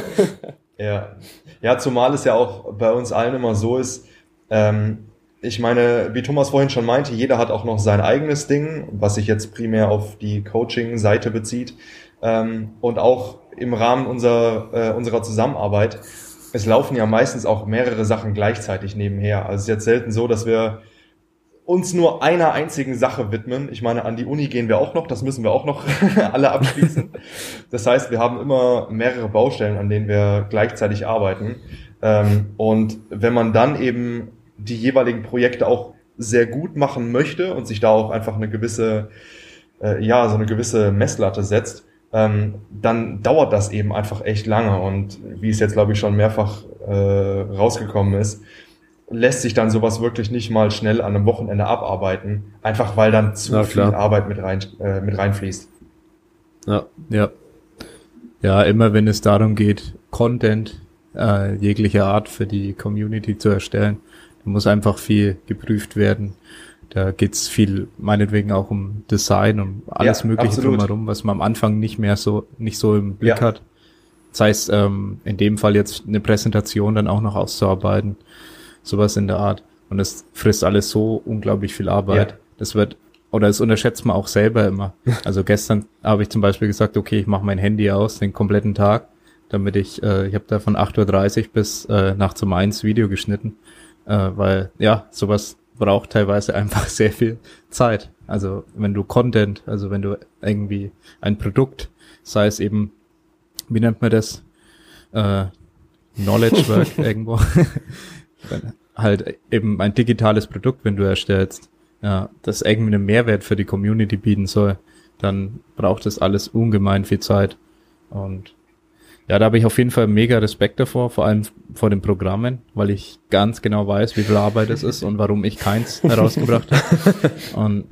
Ja, zumal es ja auch bei uns allen immer so ist, ich meine, wie Thomas vorhin schon meinte, jeder hat auch noch sein eigenes Ding, was sich jetzt primär auf die Coaching-Seite bezieht, und auch im Rahmen unserer Zusammenarbeit. Es laufen ja meistens auch mehrere Sachen gleichzeitig nebenher. Also es ist jetzt selten so, dass wir uns nur einer einzigen Sache widmen. Ich meine, an die Uni gehen wir auch noch, das müssen wir auch noch alle abschließen. Das heißt, wir haben immer mehrere Baustellen, an denen wir gleichzeitig arbeiten. Und wenn man dann eben die jeweiligen Projekte auch sehr gut machen möchte und sich da auch einfach eine gewisse, so eine gewisse Messlatte setzt, dann dauert das eben einfach echt lange. Und wie es jetzt, glaube ich, schon mehrfach rausgekommen ist, lässt sich dann sowas wirklich nicht mal schnell an einem Wochenende abarbeiten, einfach weil dann zu viel Arbeit mit reinfließt. Ja, immer wenn es darum geht, Content jeglicher Art für die Community zu erstellen, da muss einfach viel geprüft werden. Da geht's viel, meinetwegen auch um Design, um alles Mögliche drumherum, was man am Anfang nicht so im Blick hat. Das heißt, in dem Fall jetzt eine Präsentation dann auch noch auszuarbeiten, sowas in der Art. Und das frisst alles so unglaublich viel Arbeit. Das unterschätzt man auch selber immer. Also gestern habe ich zum Beispiel gesagt, okay, ich mache mein Handy aus den kompletten Tag, damit ich habe da von 8:30 Uhr bis nachts um 1 Video geschnitten, weil sowas braucht teilweise einfach sehr viel Zeit. Also wenn du wenn du irgendwie ein Produkt, sei es eben, wie nennt man das, Knowledge Work irgendwo, halt eben ein digitales Produkt, wenn du erstellst, ja, das irgendwie einen Mehrwert für die Community bieten soll, dann braucht das alles ungemein viel Zeit. Und ja, da habe ich auf jeden Fall mega Respekt davor, vor allem vor den Programmen, weil ich ganz genau weiß, wie viel Arbeit es ist und warum ich keins herausgebracht habe. Und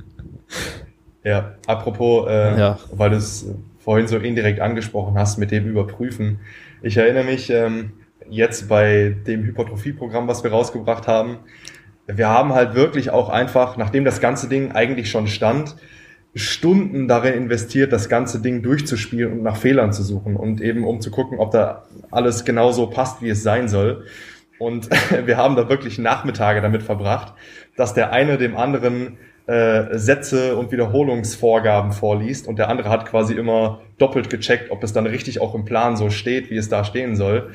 Ja, apropos, Ja. weil du es vorhin so indirekt angesprochen hast mit dem Überprüfen. Ich erinnere mich jetzt bei dem Hypertrophie-Programm, was wir rausgebracht haben, wir haben halt wirklich auch einfach, nachdem das ganze Ding eigentlich schon stand, Stunden darin investiert, das ganze Ding durchzuspielen und nach Fehlern zu suchen und eben um zu gucken, ob da alles genauso passt, wie es sein soll. Und wir haben da wirklich Nachmittage damit verbracht, dass der eine dem anderen Sätze und Wiederholungsvorgaben vorliest und der andere hat quasi immer doppelt gecheckt, ob es dann richtig auch im Plan so steht, wie es da stehen soll.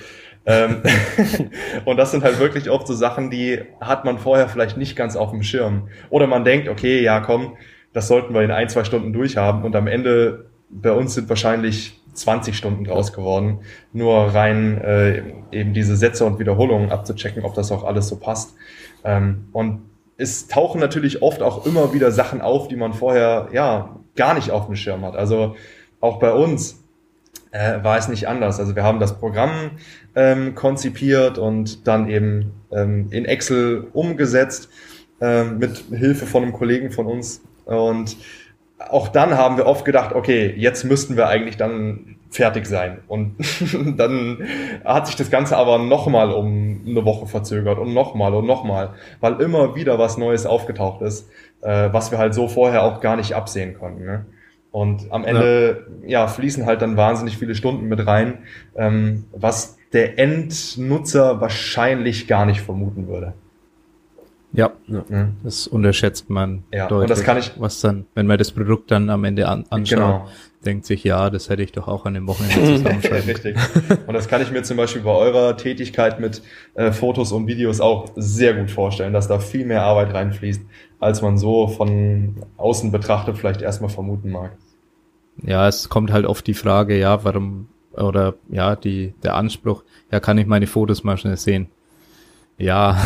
Und das sind halt wirklich oft so Sachen, die hat man vorher vielleicht nicht ganz auf dem Schirm. Oder man denkt, okay, ja komm, das sollten wir in 1-2 Stunden durchhaben und am Ende, bei uns sind wahrscheinlich 20 Stunden draus geworden, nur rein eben diese Sätze und Wiederholungen abzuchecken, ob das auch alles so passt. Und es tauchen natürlich oft auch immer wieder Sachen auf, die man vorher ja gar nicht auf dem Schirm hat. Also auch bei uns war es nicht anders. Also wir haben das Programm konzipiert und dann eben in Excel umgesetzt mit Hilfe von einem Kollegen von uns. Und auch dann haben wir oft gedacht, okay, jetzt müssten wir eigentlich dann fertig sein. Und dann hat sich das Ganze aber nochmal um eine Woche verzögert und nochmal, weil immer wieder was Neues aufgetaucht ist, was wir halt so vorher auch gar nicht absehen konnten. Ne? Und am Ende ja, fließen halt dann wahnsinnig viele Stunden mit rein, was der Endnutzer wahrscheinlich gar nicht vermuten würde. Ja, Ne? das unterschätzt man deutlich. Und das kann ich, was dann, wenn man das Produkt dann am Ende anschaut, genau. denkt sich, ja, das hätte ich doch auch an dem Wochenende zusammenschreiben. Richtig. Und das kann ich mir zum Beispiel bei eurer Tätigkeit mit Fotos und Videos auch sehr gut vorstellen, dass da viel mehr Arbeit reinfließt, als man so von außen betrachtet vielleicht erstmal vermuten mag. Ja, es kommt halt oft die Frage, ja, warum, oder ja, der Anspruch, ja, kann ich meine Fotos mal schnell sehen? Ja,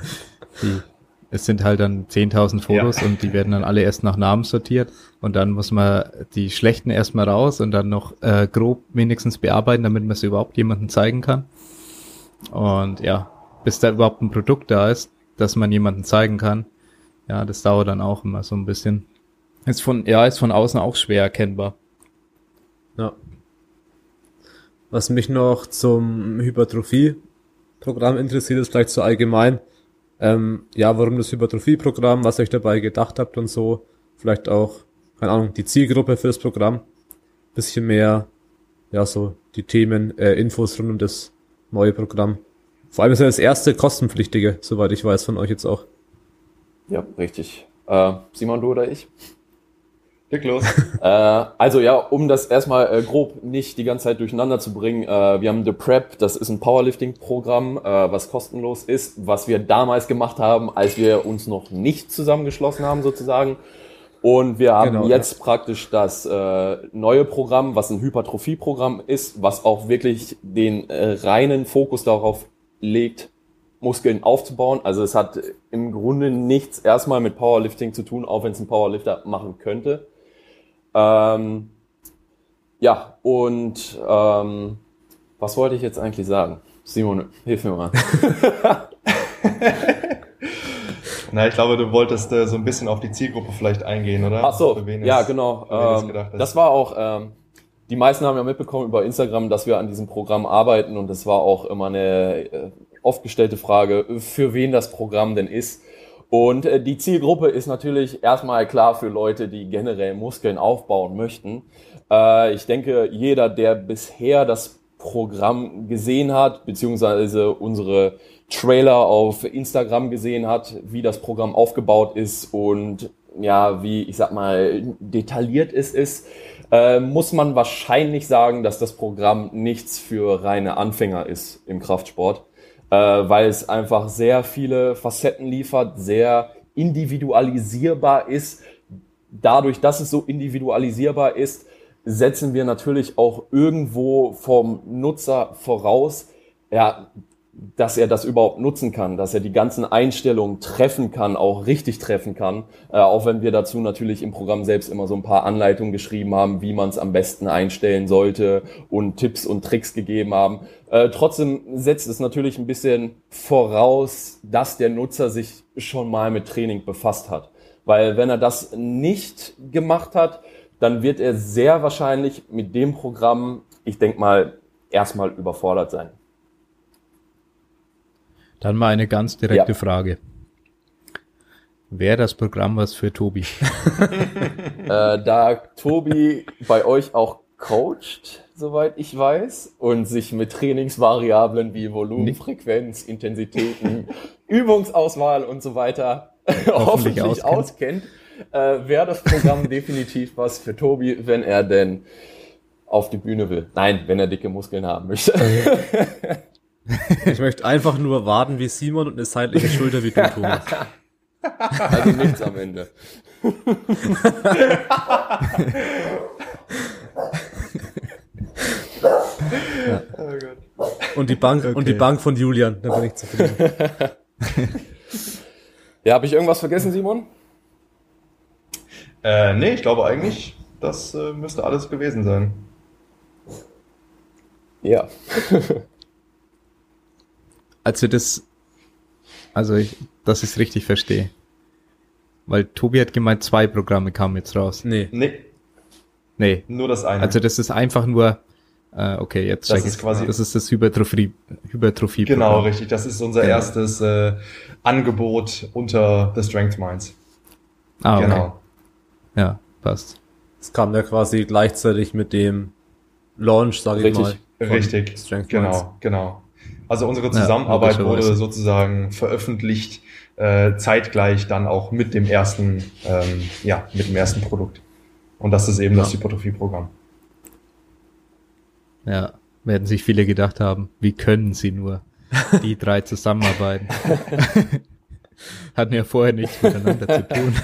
es sind halt dann 10.000 Fotos und die werden dann alle erst nach Namen sortiert und dann muss man die schlechten erstmal raus und dann noch grob wenigstens bearbeiten, damit man sie überhaupt jemandem zeigen kann. Und ja, bis da überhaupt ein Produkt da ist, das man jemandem zeigen kann, ja, das dauert dann auch immer so ein bisschen. Ist von außen auch schwer erkennbar. Ja. Was mich noch zum Hypertrophie-Programm interessiert, ist vielleicht so allgemein, ja, warum das Hypertrophie-Programm, was ihr euch dabei gedacht habt und so, vielleicht auch, keine Ahnung, die Zielgruppe für das Programm, bisschen mehr, ja, so die Themen, Infos rund um das neue Programm. Vor allem ist ja das erste kostenpflichtige, soweit ich weiß, von euch jetzt auch. Ja, richtig. Simon, du oder ich? Leg los. Also ja, um das erstmal grob nicht die ganze Zeit durcheinander zu bringen, wir haben The Prep, das ist ein Powerlifting-Programm, was kostenlos ist, was wir damals gemacht haben, als wir uns noch nicht zusammengeschlossen haben sozusagen. Und wir haben jetzt praktisch das neue Programm, was ein Hypertrophie-Programm ist, was auch wirklich den reinen Fokus darauf legt, Muskeln aufzubauen. Also es hat im Grunde nichts erstmal mit Powerlifting zu tun, auch wenn es ein Powerlifter machen könnte. Ja, und was wollte ich jetzt eigentlich sagen? Simon, hilf mir mal. Na, ich glaube, du wolltest so ein bisschen auf die Zielgruppe vielleicht eingehen, oder? Ach so, ja, genau. Das war auch, die meisten haben ja mitbekommen über Instagram, dass wir an diesem Programm arbeiten und das war auch immer eine oft gestellte Frage, für wen das Programm denn ist. Und die Zielgruppe ist natürlich erstmal klar für Leute, die generell Muskeln aufbauen möchten. Ich denke, jeder, der bisher das Programm gesehen hat, beziehungsweise unsere Trailer auf Instagram gesehen hat, wie das Programm aufgebaut ist und ja, wie, ich sag mal, detailliert es ist, muss man wahrscheinlich sagen, dass das Programm nichts für reine Anfänger ist im Kraftsport. Weil es einfach sehr viele Facetten liefert, sehr individualisierbar ist. Dadurch, dass es so individualisierbar ist, setzen wir natürlich auch irgendwo vom Nutzer voraus, ja, dass er das überhaupt nutzen kann, dass er die ganzen Einstellungen treffen kann, auch richtig treffen kann, auch wenn wir dazu natürlich im Programm selbst immer so ein paar Anleitungen geschrieben haben, wie man es am besten einstellen sollte und Tipps und Tricks gegeben haben. Trotzdem setzt es natürlich ein bisschen voraus, dass der Nutzer sich schon mal mit Training befasst hat. Weil wenn er das nicht gemacht hat, dann wird er sehr wahrscheinlich mit dem Programm, ich denke mal, erstmal überfordert sein. Dann mal eine ganz direkte Frage. Wäre das Programm was für Tobi? Da Tobi bei euch auch coacht, soweit ich weiß, und sich mit Trainingsvariablen wie Volumen, Frequenz, Intensitäten, Übungsauswahl und so weiter hoffentlich auskennt, wäre das Programm definitiv was für Tobi, wenn er denn auf die Bühne will. Nein, wenn er dicke Muskeln haben möchte. Ich möchte einfach nur warten wie Simon und eine seitliche Schulter wie du, Thomas. Also nichts am Ende. Ja. Und die Bank und die Bank von Julian, da bin ich zufrieden. Ja, habe ich irgendwas vergessen, Simon? Nee, ich glaube eigentlich, das müsste alles gewesen sein. Ja. Dass ich es richtig verstehe. Weil Tobi hat gemeint, 2 Programme kamen jetzt raus. Nee. Nee. Nur das eine. Also das ist einfach nur, okay, jetzt das check ist ich. quasi Das ist das Hypertrophie. Genau, richtig. Das ist unser erstes Angebot unter The Strength Minds. Ah, okay. Genau. Ja, passt. Es kam ja quasi gleichzeitig mit dem Launch, sage ich mal. Richtig, Strength Minds. genau. Also unsere Zusammenarbeit wurde sozusagen veröffentlicht, zeitgleich dann auch mit dem ersten Produkt. Und das ist eben das Hypertrophie-Programm. Ja, werden sich viele gedacht haben, wie können sie nur die 3 zusammenarbeiten? Hatten ja vorher nichts miteinander zu tun.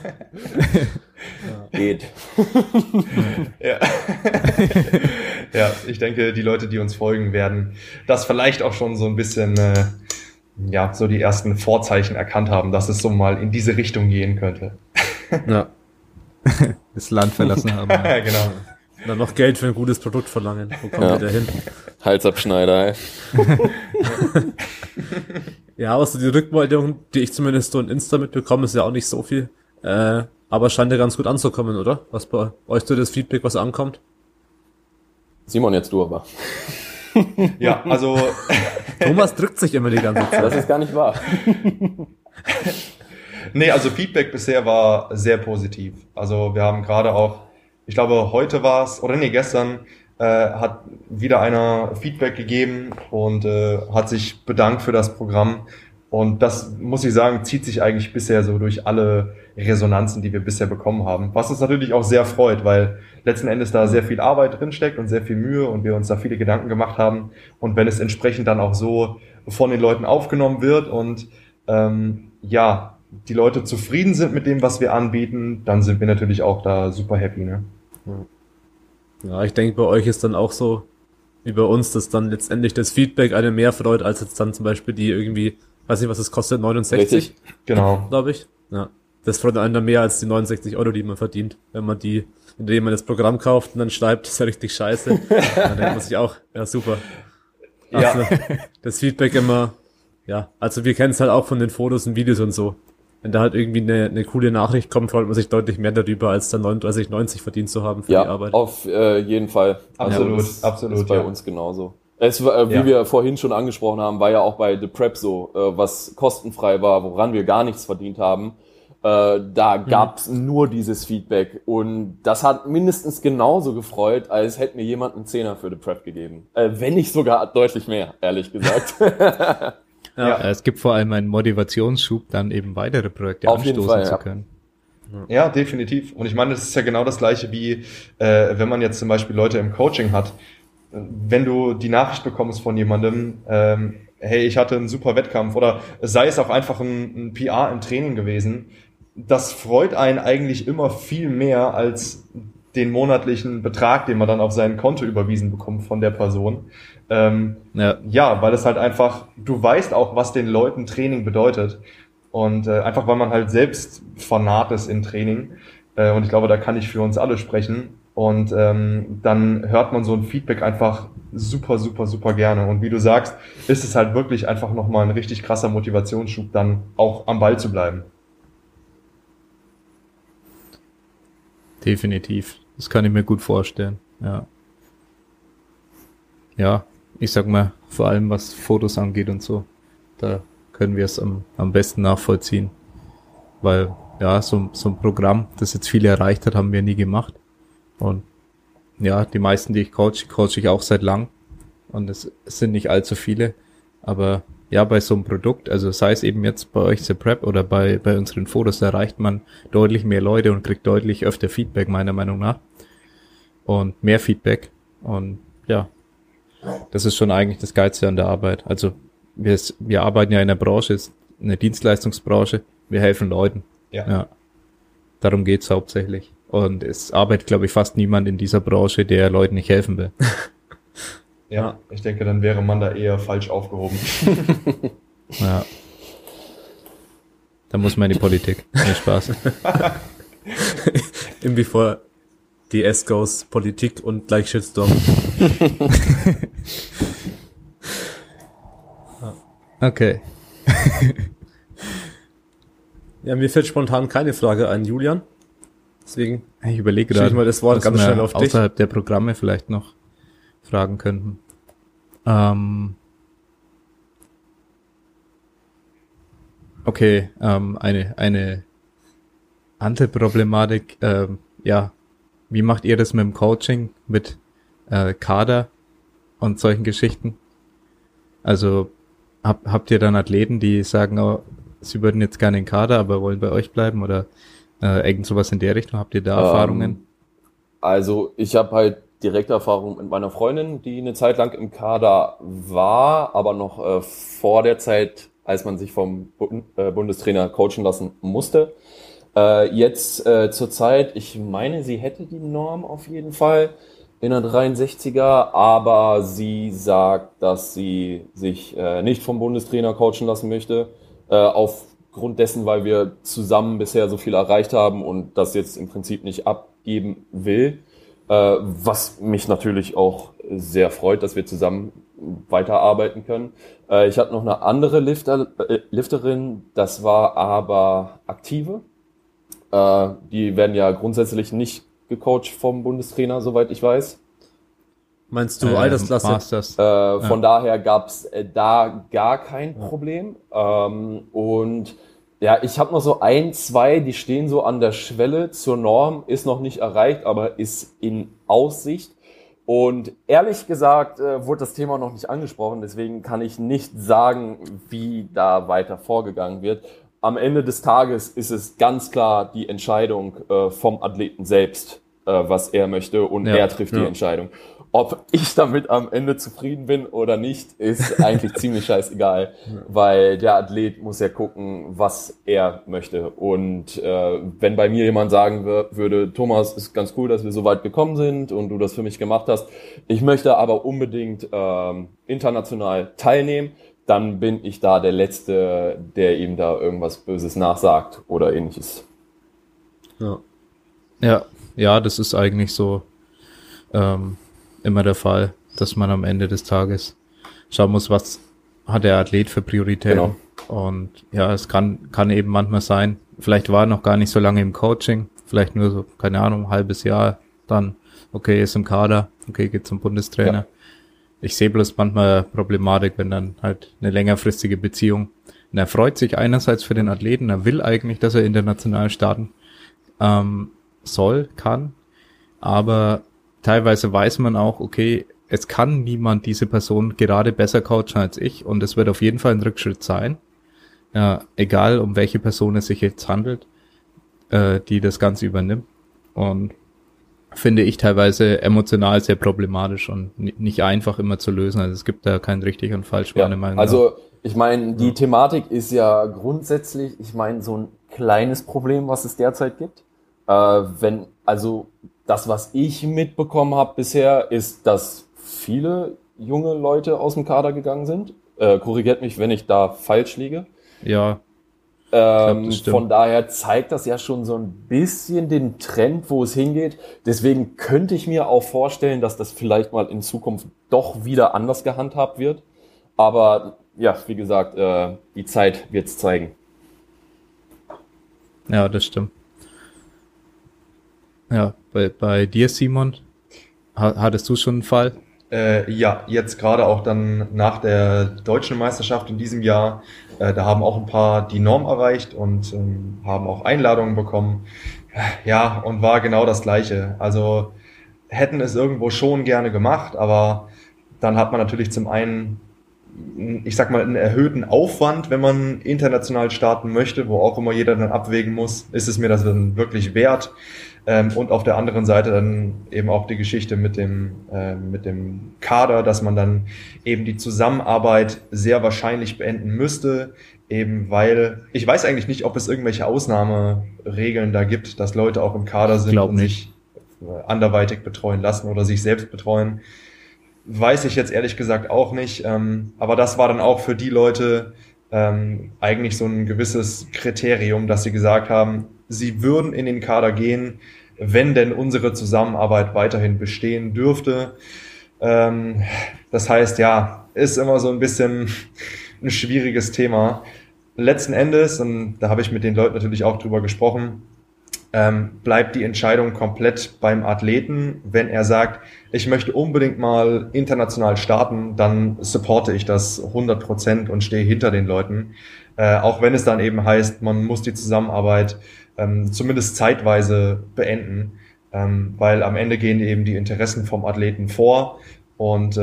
Geht. Ja. Ja, ich denke, die Leute, die uns folgen, werden das vielleicht auch schon so ein bisschen, so die ersten Vorzeichen erkannt haben, dass es so mal in diese Richtung gehen könnte. Ja. Das Land verlassen haben. Ja. Genau. Und dann noch Geld für ein gutes Produkt verlangen. Wo kommen wir da hin? Halsabschneider, ey. Ja, aber so die Rückmeldung, die ich zumindest so in Insta mitbekomme, ist ja auch nicht so viel. Aber scheint ja ganz gut anzukommen, oder? Was bei euch so das Feedback, was ankommt? Simon, jetzt du aber. Ja, also Thomas drückt sich immer die ganze Zeit. Das ist gar nicht wahr. Nee, also Feedback bisher war sehr positiv. Also wir haben gerade auch, ich glaube gestern hat wieder einer Feedback gegeben und hat sich bedankt für das Programm. Und das, muss ich sagen, zieht sich eigentlich bisher so durch alle Resonanzen, die wir bisher bekommen haben. Was uns natürlich auch sehr freut, weil letzten Endes da sehr viel Arbeit drinsteckt und sehr viel Mühe und wir uns da viele Gedanken gemacht haben. Und wenn es entsprechend dann auch so von den Leuten aufgenommen wird und die Leute zufrieden sind mit dem, was wir anbieten, dann sind wir natürlich auch da super happy, ne? Ja, ich denke, bei euch ist dann auch so, wie bei uns, dass dann letztendlich das Feedback einen mehr freut, als jetzt dann zum Beispiel die irgendwie, weiß nicht, was es kostet, 69? Richtig. Genau. Glaube ich. Ja. Das freut einen dann mehr als die 69 Euro, die man verdient, wenn man indem man das Programm kauft und dann schreibt, das ist ja richtig scheiße. Dann denkt man sich auch, ja super. Also, Ja. das Feedback immer, ja, also wir kennen es halt auch von den Fotos und Videos und so. Wenn da halt irgendwie eine coole Nachricht kommt, freut man sich deutlich mehr darüber, als dann 39,90 verdient zu haben für die Arbeit. Auf jeden Fall. Absolut, das absolut. Ist bei uns genauso. Es war, wie wir vorhin schon angesprochen haben, war ja auch bei The Prep so, was kostenfrei war, woran wir gar nichts verdient haben. Da gab's nur dieses Feedback und das hat mindestens genauso gefreut, als hätte mir jemand einen Zehner für The Prep gegeben. Wenn nicht sogar deutlich mehr, ehrlich gesagt. Ja. Es gibt vor allem einen Motivationsschub, dann eben weitere Projekte Auf jeden anstoßen Fall, zu können. Ja, definitiv. Und ich meine, das ist ja genau das Gleiche wie, wenn man jetzt zum Beispiel Leute im Coaching hat. Wenn du die Nachricht bekommst von jemandem, hey, ich hatte einen super Wettkampf oder sei es auch einfach ein PR im Training gewesen, das freut einen eigentlich immer viel mehr als den monatlichen Betrag, den man dann auf sein Konto überwiesen bekommt von der Person. Ja, weil es halt einfach, du weißt auch, was den Leuten Training bedeutet. Und einfach, weil man halt selbst fanat ist im Training. Und ich glaube, da kann ich für uns alle sprechen. Und dann hört man so ein Feedback einfach super, super, super gerne. Und wie du sagst, ist es halt wirklich einfach nochmal ein richtig krasser Motivationsschub, dann auch am Ball zu bleiben. Definitiv. Das kann ich mir gut vorstellen. Ja. Ja, ich sag mal, vor allem was Fotos angeht und so, da können wir es am besten nachvollziehen. Weil, ja, so ein Programm, das jetzt viele erreicht hat, haben wir nie gemacht. Und ja, die meisten, die ich coache ich auch seit lang. Und es sind nicht allzu viele. Aber ja, bei so einem Produkt, also sei es eben jetzt bei euch The Prep oder bei unseren Fotos, da erreicht man deutlich mehr Leute und kriegt deutlich öfter Feedback, meiner Meinung nach. Und mehr Feedback. Und ja, das ist schon eigentlich das Geilste an der Arbeit. Also wir arbeiten ja in der Branche, ist eine Dienstleistungsbranche, wir helfen Leuten. Ja. Darum geht's hauptsächlich. Und es arbeitet, glaube ich, fast niemand in dieser Branche, der Leuten nicht helfen will. Ja, ich denke, dann wäre man da eher falsch aufgehoben. Ja. Da muss man in die Politik. Viel Spaß. Irgendwie vor die S-Goes Politik und gleich Shitstorm. Okay. Ja, mir fällt spontan keine Frage ein, Julian. Deswegen Ich überlege schiebe gerade, ich mal das Wort was ganz wir schnell auf dich. außerhalb der Programme vielleicht noch fragen könnten. Okay, eine andere Problematik, ja, wie macht ihr das mit dem Coaching, mit Kader und solchen Geschichten? Also habt ihr dann Athleten, die sagen, oh, sie würden jetzt gerne in den Kader, aber wollen bei euch bleiben oder irgend sowas in der Richtung? Habt ihr da Erfahrungen? Also ich habe halt direkte Erfahrung mit meiner Freundin, die eine Zeit lang im Kader war, aber noch vor der Zeit, als man sich vom Bundestrainer coachen lassen musste. Jetzt zur Zeit, ich meine, sie hätte die Norm auf jeden Fall in der 63er, aber sie sagt, dass sie sich nicht vom Bundestrainer coachen lassen möchte, aufgrund dessen, weil wir zusammen bisher so viel erreicht haben und das jetzt im Prinzip nicht abgeben will, was mich natürlich auch sehr freut, dass wir zusammen weiterarbeiten können. Ich hatte noch eine andere Lifterin, das war aber Aktive. Die werden ja grundsätzlich nicht gecoacht vom Bundestrainer, soweit ich weiß. Meinst du Altersklasse? Masters. Von daher gab's da gar kein Problem. Und ja, ich habe noch so 1, 2, die stehen so an der Schwelle zur Norm, ist noch nicht erreicht, aber ist in Aussicht. Und ehrlich gesagt wurde das Thema noch nicht angesprochen, deswegen kann ich nicht sagen, wie da weiter vorgegangen wird. Am Ende des Tages ist es ganz klar die Entscheidung vom Athleten selbst, was er möchte, und er trifft die Entscheidung. Ob ich damit am Ende zufrieden bin oder nicht, ist eigentlich ziemlich scheißegal, weil der Athlet muss ja gucken, was er möchte. Und wenn bei mir jemand sagen würde, Thomas, ist ganz cool, dass wir so weit gekommen sind und du das für mich gemacht hast, ich möchte aber unbedingt international teilnehmen, dann bin ich da der Letzte, der ihm da irgendwas Böses nachsagt oder ähnliches. Ja, das ist eigentlich so immer der Fall, dass man am Ende des Tages schauen muss, was hat der Athlet für Prioritäten. Genau. Und ja, es kann eben manchmal sein, vielleicht war er noch gar nicht so lange im Coaching, vielleicht nur so, keine Ahnung, ein halbes Jahr, dann, okay, ist im Kader, okay, geht zum Bundestrainer. Ja. Ich sehe bloß manchmal Problematik, wenn dann halt eine längerfristige Beziehung, und er freut sich einerseits für den Athleten, er will eigentlich, dass er international starten kann, aber teilweise weiß man auch, okay, es kann niemand diese Person gerade besser coachen als ich und es wird auf jeden Fall ein Rückschritt sein, egal um welche Person es sich jetzt handelt, die das Ganze übernimmt, und finde ich teilweise emotional sehr problematisch und nicht einfach immer zu lösen. Also es gibt da kein richtig und falsch, meine Meinung nach. Also ich meine, die Thematik ist ja grundsätzlich, ich meine, so ein kleines Problem, was es derzeit gibt. Also das, was ich mitbekommen habe bisher, ist, dass viele junge Leute aus dem Kader gegangen sind. Korrigiert mich, wenn ich da falsch liege. Ja. glaub, das stimmt. Von daher zeigt das ja schon so ein bisschen den Trend, wo es hingeht. Deswegen könnte ich mir auch vorstellen, dass das vielleicht mal in Zukunft doch wieder anders gehandhabt wird. Aber ja, wie gesagt, die Zeit wird es zeigen. Ja, das stimmt. Ja, bei dir, Simon, hattest du schon einen Fall? Ja, jetzt gerade auch dann nach der deutschen Meisterschaft in diesem Jahr, da haben auch ein paar die Norm erreicht und haben auch Einladungen bekommen. Ja, und war genau das Gleiche. Also hätten es irgendwo schon gerne gemacht, aber dann hat man natürlich zum einen, ich sag mal, einen erhöhten Aufwand, wenn man international starten möchte, wo auch immer jeder dann abwägen muss, ist es mir das dann wirklich wert? Und auf der anderen Seite dann eben auch die Geschichte mit dem Kader, dass man dann eben die Zusammenarbeit sehr wahrscheinlich beenden müsste, eben weil, ich weiß eigentlich nicht, ob es irgendwelche Ausnahmeregeln da gibt, dass Leute auch im Kader sind und sich anderweitig betreuen lassen oder sich selbst betreuen. Weiß ich jetzt ehrlich gesagt auch nicht, aber das war dann auch für die Leute eigentlich so ein gewisses Kriterium, dass sie gesagt haben, sie würden in den Kader gehen, wenn denn unsere Zusammenarbeit weiterhin bestehen dürfte. Das heißt, ja, ist immer so ein bisschen ein schwieriges Thema. Letzten Endes, und da habe ich mit den Leuten natürlich auch drüber gesprochen, bleibt die Entscheidung komplett beim Athleten. Wenn er sagt, ich möchte unbedingt mal international starten, dann supporte ich das 100% und stehe hinter den Leuten. Auch wenn es dann eben heißt, man muss die Zusammenarbeit zumindest zeitweise beenden, weil am Ende gehen eben die Interessen vom Athleten vor und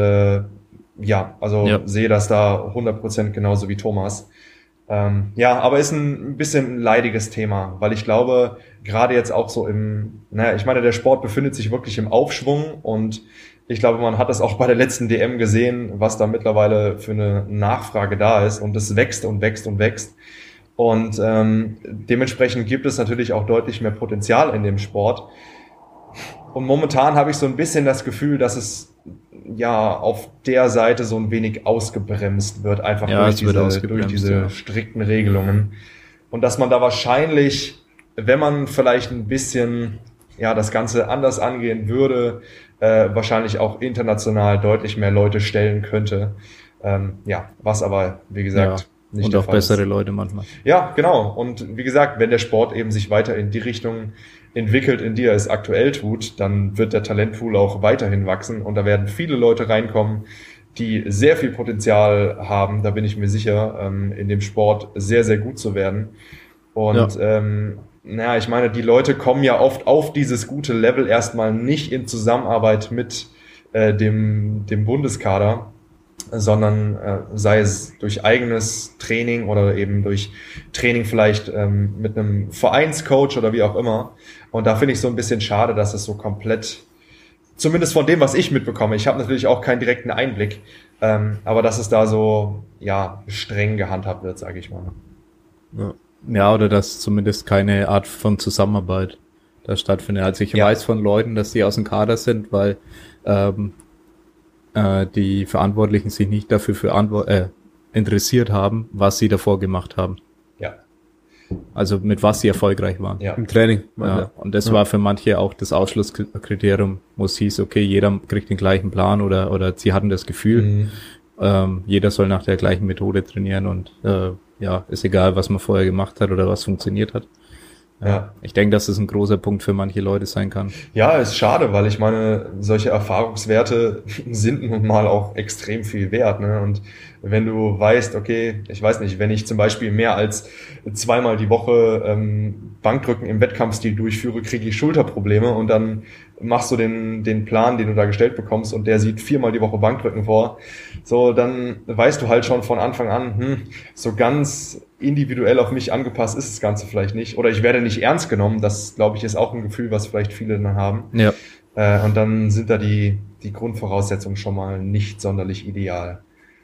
sehe das da 100% genauso wie Thomas. Aber ist ein bisschen ein leidiges Thema, weil ich glaube, gerade jetzt auch so der Sport befindet sich wirklich im Aufschwung und ich glaube, man hat das auch bei der letzten DM gesehen, was da mittlerweile für eine Nachfrage da ist und es wächst und wächst und wächst. Und dementsprechend gibt es natürlich auch deutlich mehr Potenzial in dem Sport. Und momentan habe ich so ein bisschen das Gefühl, dass es ja auf der Seite so ein wenig ausgebremst wird, einfach durch diese strikten Regelungen. Und dass man da wahrscheinlich, wenn man vielleicht ein bisschen das Ganze anders angehen würde, wahrscheinlich auch international deutlich mehr Leute stellen könnte. Was aber, wie gesagt, nicht und der auch Fall bessere ist. Leute manchmal. Ja, genau. Und wie gesagt, wenn der Sport eben sich weiter in die Richtung entwickelt, in die er es aktuell tut, dann wird der Talentpool auch weiterhin wachsen und da werden viele Leute reinkommen, die sehr viel Potenzial haben, da bin ich mir sicher, in dem Sport sehr, sehr gut zu werden. Und ich meine, die Leute kommen ja oft auf dieses gute Level erstmal nicht in Zusammenarbeit mit dem Bundeskader, sondern sei es durch eigenes Training oder eben durch Training vielleicht mit einem Vereinscoach oder wie auch immer. Und da finde ich so ein bisschen schade, dass es so komplett, zumindest von dem, was ich mitbekomme, ich habe natürlich auch keinen direkten Einblick, aber dass es da so streng gehandhabt wird, sage ich mal. Ja, oder dass zumindest keine Art von Zusammenarbeit da stattfindet. Also ich weiß von Leuten, dass die aus dem Kader sind, weil die Verantwortlichen sich nicht dafür interessiert haben, was sie davor gemacht haben. Ja. Also mit was sie erfolgreich waren. Ja. Im Training. Ja. Und das war für manche auch das Ausschlusskriterium, wo es hieß, okay, jeder kriegt den gleichen Plan oder sie hatten das Gefühl, jeder soll nach der gleichen Methode trainieren und ist egal, was man vorher gemacht hat oder was funktioniert hat. Ja. Ich denke, dass das ein großer Punkt für manche Leute sein kann. Ja, ist schade, weil ich meine, solche Erfahrungswerte sind nun mal auch extrem viel wert, ne? Und wenn du weißt, okay, ich weiß nicht, wenn ich zum Beispiel mehr als 2-mal die Woche Bankdrücken im Wettkampfstil durchführe, kriege ich Schulterprobleme und dann machst du den Plan, den du da gestellt bekommst und der sieht 4-mal die Woche Bankdrücken vor. So, dann weißt du halt schon von Anfang an, so ganz individuell auf mich angepasst ist das Ganze vielleicht nicht. Oder ich werde nicht ernst genommen. Das, glaube ich, ist auch ein Gefühl, was vielleicht viele dann haben. Ja. Und dann sind da die Grundvoraussetzungen schon mal nicht sonderlich ideal.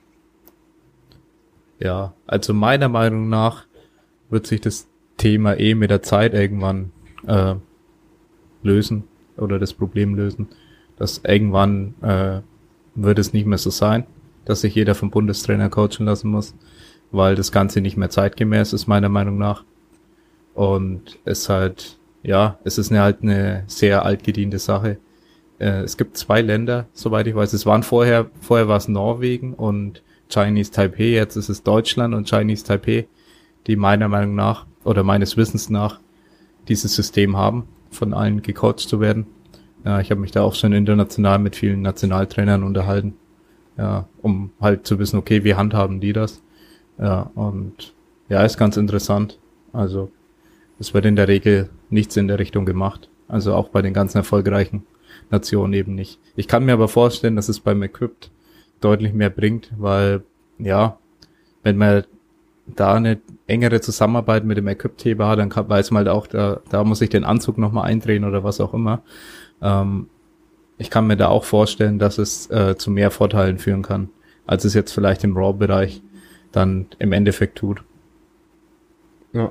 Ja, also meiner Meinung nach wird sich das Thema mit der Zeit irgendwann lösen oder das Problem lösen, dass irgendwann wird es nicht mehr so sein, dass sich jeder vom Bundestrainer coachen lassen muss, weil das Ganze nicht mehr zeitgemäß ist, meiner Meinung nach. Und es halt, ja, es ist halt eine sehr altgediente Sache. Es gibt 2 Länder, soweit ich weiß. Es waren vorher war es Norwegen und Chinese Taipei, jetzt ist es Deutschland und Chinese Taipei, die meiner Meinung nach oder meines Wissens nach dieses System haben, von allen gecoacht zu werden. Ja, ich habe mich da auch schon international mit vielen Nationaltrainern unterhalten, ja, um halt zu wissen, okay, wie handhaben die das? Ja, und ja, ist ganz interessant. Also es wird in der Regel nichts in der Richtung gemacht. Also auch bei den ganzen erfolgreichen Nationen eben nicht. Ich kann mir aber vorstellen, dass es beim Equipped deutlich mehr bringt, weil, ja, wenn man da eine engere Zusammenarbeit mit dem Equipped-Heber hat, dann weiß man halt auch, da muss ich den Anzug nochmal eindrehen oder was auch immer. Ich kann mir da auch vorstellen, dass es zu mehr Vorteilen führen kann, als es jetzt vielleicht im Raw-Bereich dann im Endeffekt tut. Ja.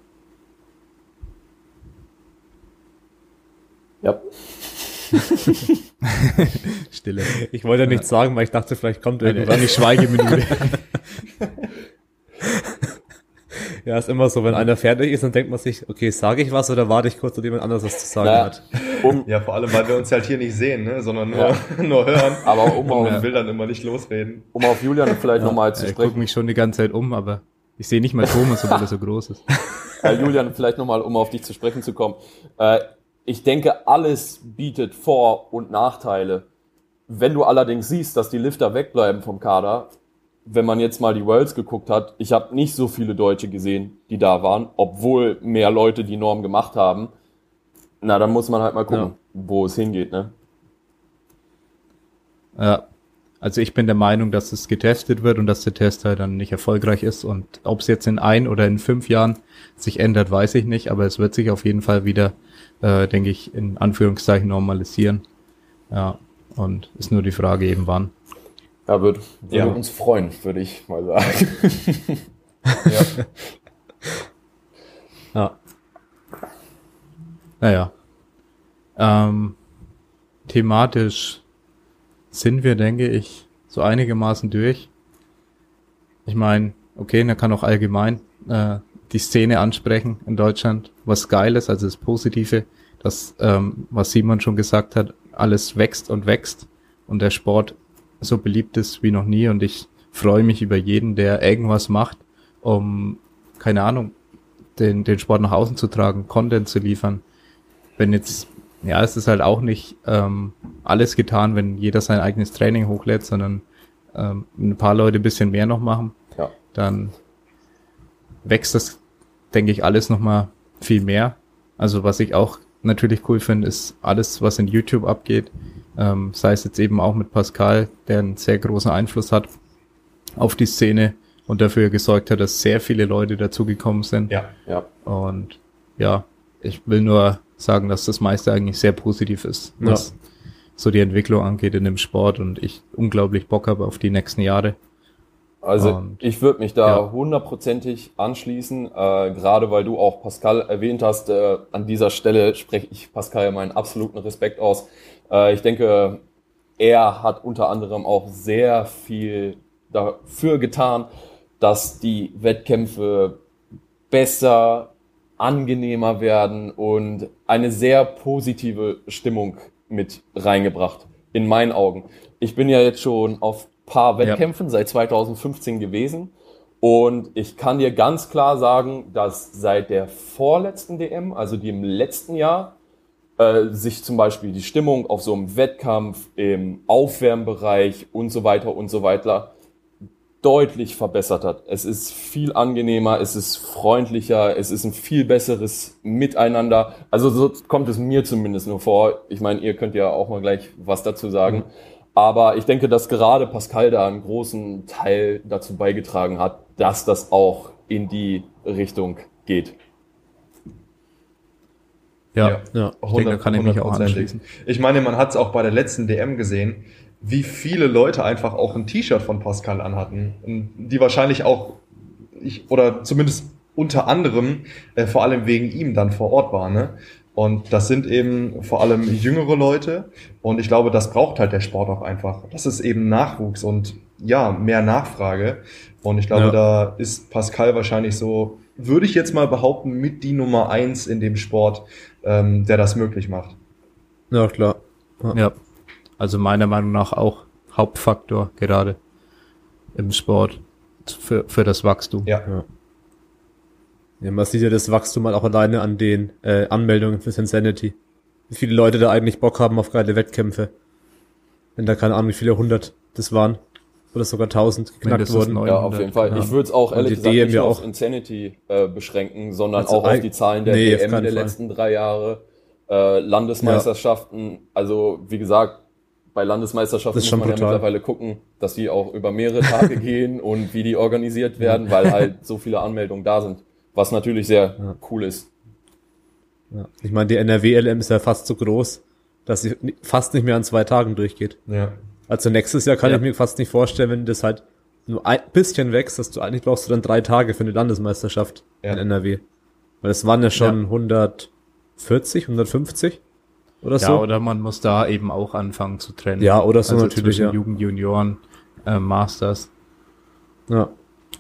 Ja. Stille. Ich wollte ja nichts sagen, weil ich dachte, vielleicht kommt irgendwann. Eine Schweigeminute. Ja, ist immer so, wenn einer fertig ist, dann denkt man sich, okay, sage ich was oder warte ich kurz, bis jemand anderes was zu sagen hat. Ja, vor allem, weil wir uns halt hier nicht sehen, ne, sondern nur hören. Aber und will dann immer nicht losreden. Um auf Julian vielleicht nochmal zu Ich sprechen. gucke mich schon die ganze Zeit um, aber ich sehe nicht mal Thomas, obwohl er so groß ist. Julian, vielleicht nochmal, um auf dich zu sprechen zu kommen. Ich denke, alles bietet Vor- und Nachteile. Wenn du allerdings siehst, dass die Lifter wegbleiben vom Kader, wenn man jetzt mal die Worlds geguckt hat, ich habe nicht so viele Deutsche gesehen, die da waren, obwohl mehr Leute die Norm gemacht haben. Na, dann muss man halt mal gucken, wo es hingeht, ne? Ja, also ich bin der Meinung, dass es getestet wird und dass der Test halt dann nicht erfolgreich ist. Und ob es jetzt in 1 oder in 5 Jahren sich ändert, weiß ich nicht. Aber es wird sich auf jeden Fall wieder, denke ich, in Anführungszeichen normalisieren. Ja, und ist nur die Frage eben wann. Ja, würde uns freuen, würde ich mal sagen. Ja. Naja. Thematisch sind wir, denke ich, so einigermaßen durch. Ich meine, okay, man kann auch allgemein die Szene ansprechen in Deutschland, was geil ist, also das Positive, dass, was Simon schon gesagt hat, alles wächst und wächst und der Sport so beliebt ist wie noch nie und ich freue mich über jeden, der irgendwas macht, um, keine Ahnung, den Sport nach außen zu tragen, Content zu liefern. Wenn jetzt, ja, es ist halt auch nicht alles getan, wenn jeder sein eigenes Training hochlädt, sondern ein paar Leute ein bisschen mehr noch machen, dann wächst das, denke ich, alles nochmal viel mehr. Also was ich auch natürlich cool finde, ist alles, was in YouTube abgeht, sei es jetzt eben auch mit Pascal, der einen sehr großen Einfluss hat auf die Szene und dafür gesorgt hat, dass sehr viele Leute dazugekommen sind. Ja. Und ja, ich will nur sagen, dass das meiste eigentlich sehr positiv ist, was so die Entwicklung angeht in dem Sport und ich unglaublich Bock habe auf die nächsten Jahre. Also ich würde mich da hundertprozentig anschließen, gerade weil du auch Pascal erwähnt hast. An dieser Stelle spreche ich Pascal meinen absoluten Respekt aus. Ich denke, er hat unter anderem auch sehr viel dafür getan, dass die Wettkämpfe besser, angenehmer werden und eine sehr positive Stimmung mit reingebracht, in meinen Augen. Ich bin ja jetzt schon auf paar Wettkämpfen seit 2015 gewesen und ich kann dir ganz klar sagen, dass seit der vorletzten DM, also die im letzten Jahr, sich zum Beispiel die Stimmung auf so einem Wettkampf im Aufwärmbereich und so weiter deutlich verbessert hat. Es ist viel angenehmer, es ist freundlicher, es ist ein viel besseres Miteinander. Also so kommt es mir zumindest nur vor. Ich meine, ihr könnt ja auch mal gleich was dazu sagen. Aber ich denke, dass gerade Pascal da einen großen Teil dazu beigetragen hat, dass das auch in die Richtung geht. Ja. Ich denke, da kann ich mich auch anschließen. Ich meine, man hat es auch bei der letzten DM gesehen, wie viele Leute einfach auch ein T-Shirt von Pascal anhatten. Die wahrscheinlich auch, oder zumindest unter anderem, vor allem wegen ihm dann vor Ort waren. Ne? Und das sind eben vor allem jüngere Leute. Und ich glaube, das braucht halt der Sport auch einfach. Das ist eben Nachwuchs und ja, mehr Nachfrage. Und ich glaube, da ist Pascal wahrscheinlich so, würde ich jetzt mal behaupten, mit die Nummer 1 in dem Sport, der das möglich macht. Ja, klar. Ja, also meiner Meinung nach auch Hauptfaktor gerade im Sport für das Wachstum. Ja. Ja, man sieht ja das Wachstum halt auch alleine an den Anmeldungen für Insanity. Wie viele Leute da eigentlich Bock haben auf geile Wettkämpfe. Wenn da keine Ahnung, wie viele 100 das waren. Oder sogar 1000 geknackt Mindestens wurden. 900. Ja, auf jeden Fall. Ja. Ich würde es auch Und ehrlich die gesagt DM nicht ja nur auf auch. Insanity beschränken, sondern Also auch auf die Zahlen der nee, auf DM keinen der Fall. letzten 3 Jahre, Landesmeisterschaften. Also wie gesagt, bei Landesmeisterschaften Das ist muss schon man ja brutal. mittlerweile gucken, dass die auch über mehrere Tage gehen und wie die organisiert werden, weil halt so viele Anmeldungen da sind. Was natürlich sehr cool ist. Ja. Ich meine, die NRW-LM ist ja fast so groß, dass sie fast nicht mehr an 2 Tagen durchgeht. Ja. Also nächstes Jahr kann ich mir fast nicht vorstellen, wenn das halt nur ein bisschen wächst, dass du eigentlich brauchst du dann 3 Tage für eine Landesmeisterschaft in NRW. Weil es waren ja schon 140, 150 oder Ja, so. oder man muss da eben auch anfangen zu trennen. Ja, oder so also natürlich, zwischen ja. Jugend, Junioren, Masters. Ja.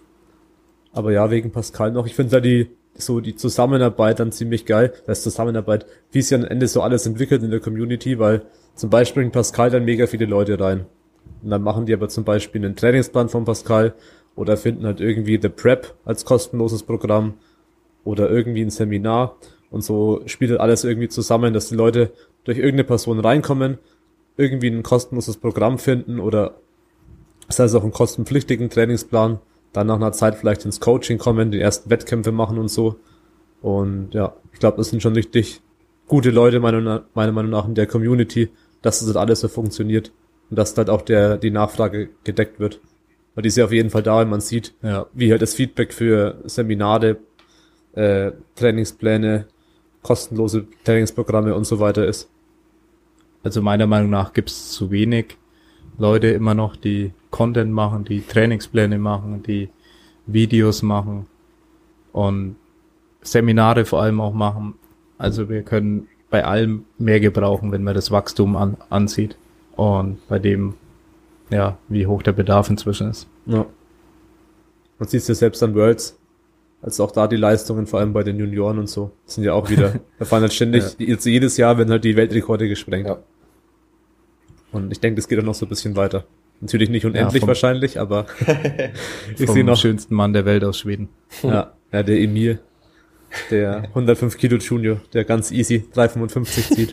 Aber ja, wegen Pascal noch. Ich finde da die Zusammenarbeit dann ziemlich geil. Das Zusammenarbeit, wie es ja am Ende so alles entwickelt in der Community, weil zum Beispiel bringt Pascal dann mega viele Leute rein. Und dann machen die aber zum Beispiel einen Trainingsplan von Pascal oder finden halt irgendwie The Prep als kostenloses Programm oder irgendwie ein Seminar. Und so spielt halt alles irgendwie zusammen, dass die Leute durch irgendeine Person reinkommen, irgendwie ein kostenloses Programm finden oder das heißt auch einen kostenpflichtigen Trainingsplan, dann nach einer Zeit vielleicht ins Coaching kommen, die ersten Wettkämpfe machen und so. Und ja, ich glaube, das sind schon richtig gute Leute, meiner Meinung nach, in der Community, dass das halt alles so funktioniert und dass halt auch die Nachfrage gedeckt wird. Weil die ist ja auf jeden Fall da, wenn man sieht, wie halt das Feedback für Seminare, Trainingspläne, kostenlose Trainingsprogramme und so weiter ist. Also meiner Meinung nach gibt es zu wenig Leute immer noch, die Content machen, die Trainingspläne machen, die Videos machen und Seminare vor allem auch machen. Also wir können bei allem mehr gebrauchen, wenn man das Wachstum ansieht und bei dem, ja, wie hoch der Bedarf inzwischen ist. Ja. Man sieht es ja selbst an Worlds, als auch da die Leistungen, vor allem bei den Junioren und so, sind ja auch wieder, da fahren halt ständig, jedes Jahr werden halt die Weltrekorde gesprengt. Ja. Und ich denke, das geht auch noch so ein bisschen weiter. Natürlich nicht unendlich vom- wahrscheinlich, aber ich Vom sehe noch, schönsten Mann der Welt aus Schweden. ja, der Emil, der 105 Kilo Junior, der ganz easy 3,55 zieht.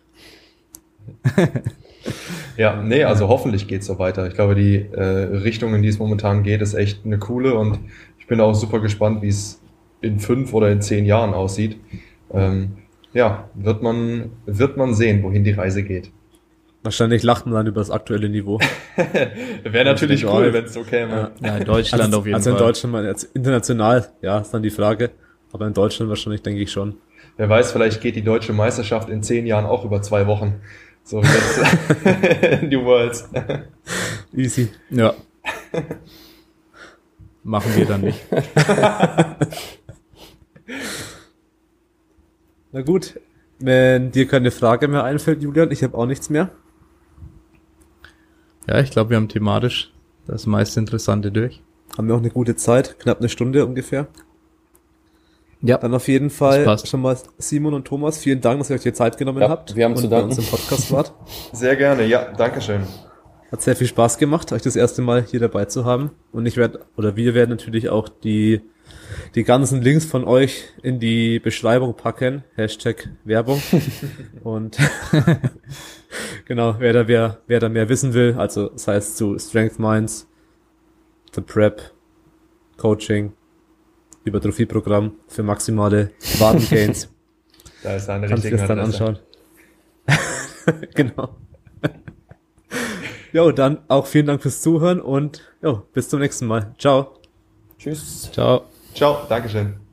Ja, nee, also hoffentlich geht's so weiter. Ich glaube, die Richtung, in die es momentan geht, ist echt eine coole und ich bin auch super gespannt, wie es in 5 oder in 10 Jahren aussieht. Ja, wird man sehen, wohin die Reise geht. Wahrscheinlich lacht man dann über das aktuelle Niveau. Wäre natürlich Ja, cool, ja. wenn es so käme. Ja, in Deutschland auf jeden also Fall. in Deutschland, mal jetzt international, ja, ist dann die Frage. Aber in Deutschland wahrscheinlich, denke ich schon. Wer weiß, vielleicht geht die deutsche Meisterschaft in 10 Jahren auch über 2 Wochen. So wie jetzt in die Worlds. Easy. Ja. Machen wir dann nicht. Na gut, wenn dir keine Frage mehr einfällt, Julian, ich habe auch nichts mehr. Ja, ich glaube, wir haben thematisch das meiste Interessante durch. Haben wir auch eine gute Zeit, knapp eine Stunde ungefähr. Ja. Dann auf jeden Das Fall passt. schon mal Simon und Thomas, vielen Dank, dass ihr euch die Zeit genommen Ja, habt wir haben zu und bei danken. uns im Podcast wart. Sehr gerne, ja, Dankeschön. Hat sehr viel Spaß gemacht, euch das erste Mal hier dabei zu haben. Und wir werden natürlich auch die ganzen Links von euch in die Beschreibung packen. Hashtag Werbung. Und genau, wer da mehr wissen will, also sei es zu Strength Minds, The Prep, Coaching, Hypertrophie-Programm für maximale Wadengains, Da ist eine kannst du richtige das dann Adresse. anschauen. Genau. Jo, dann auch vielen Dank fürs Zuhören und jo, bis zum nächsten Mal. Ciao. Tschüss. Ciao. Ciao, Dankeschön.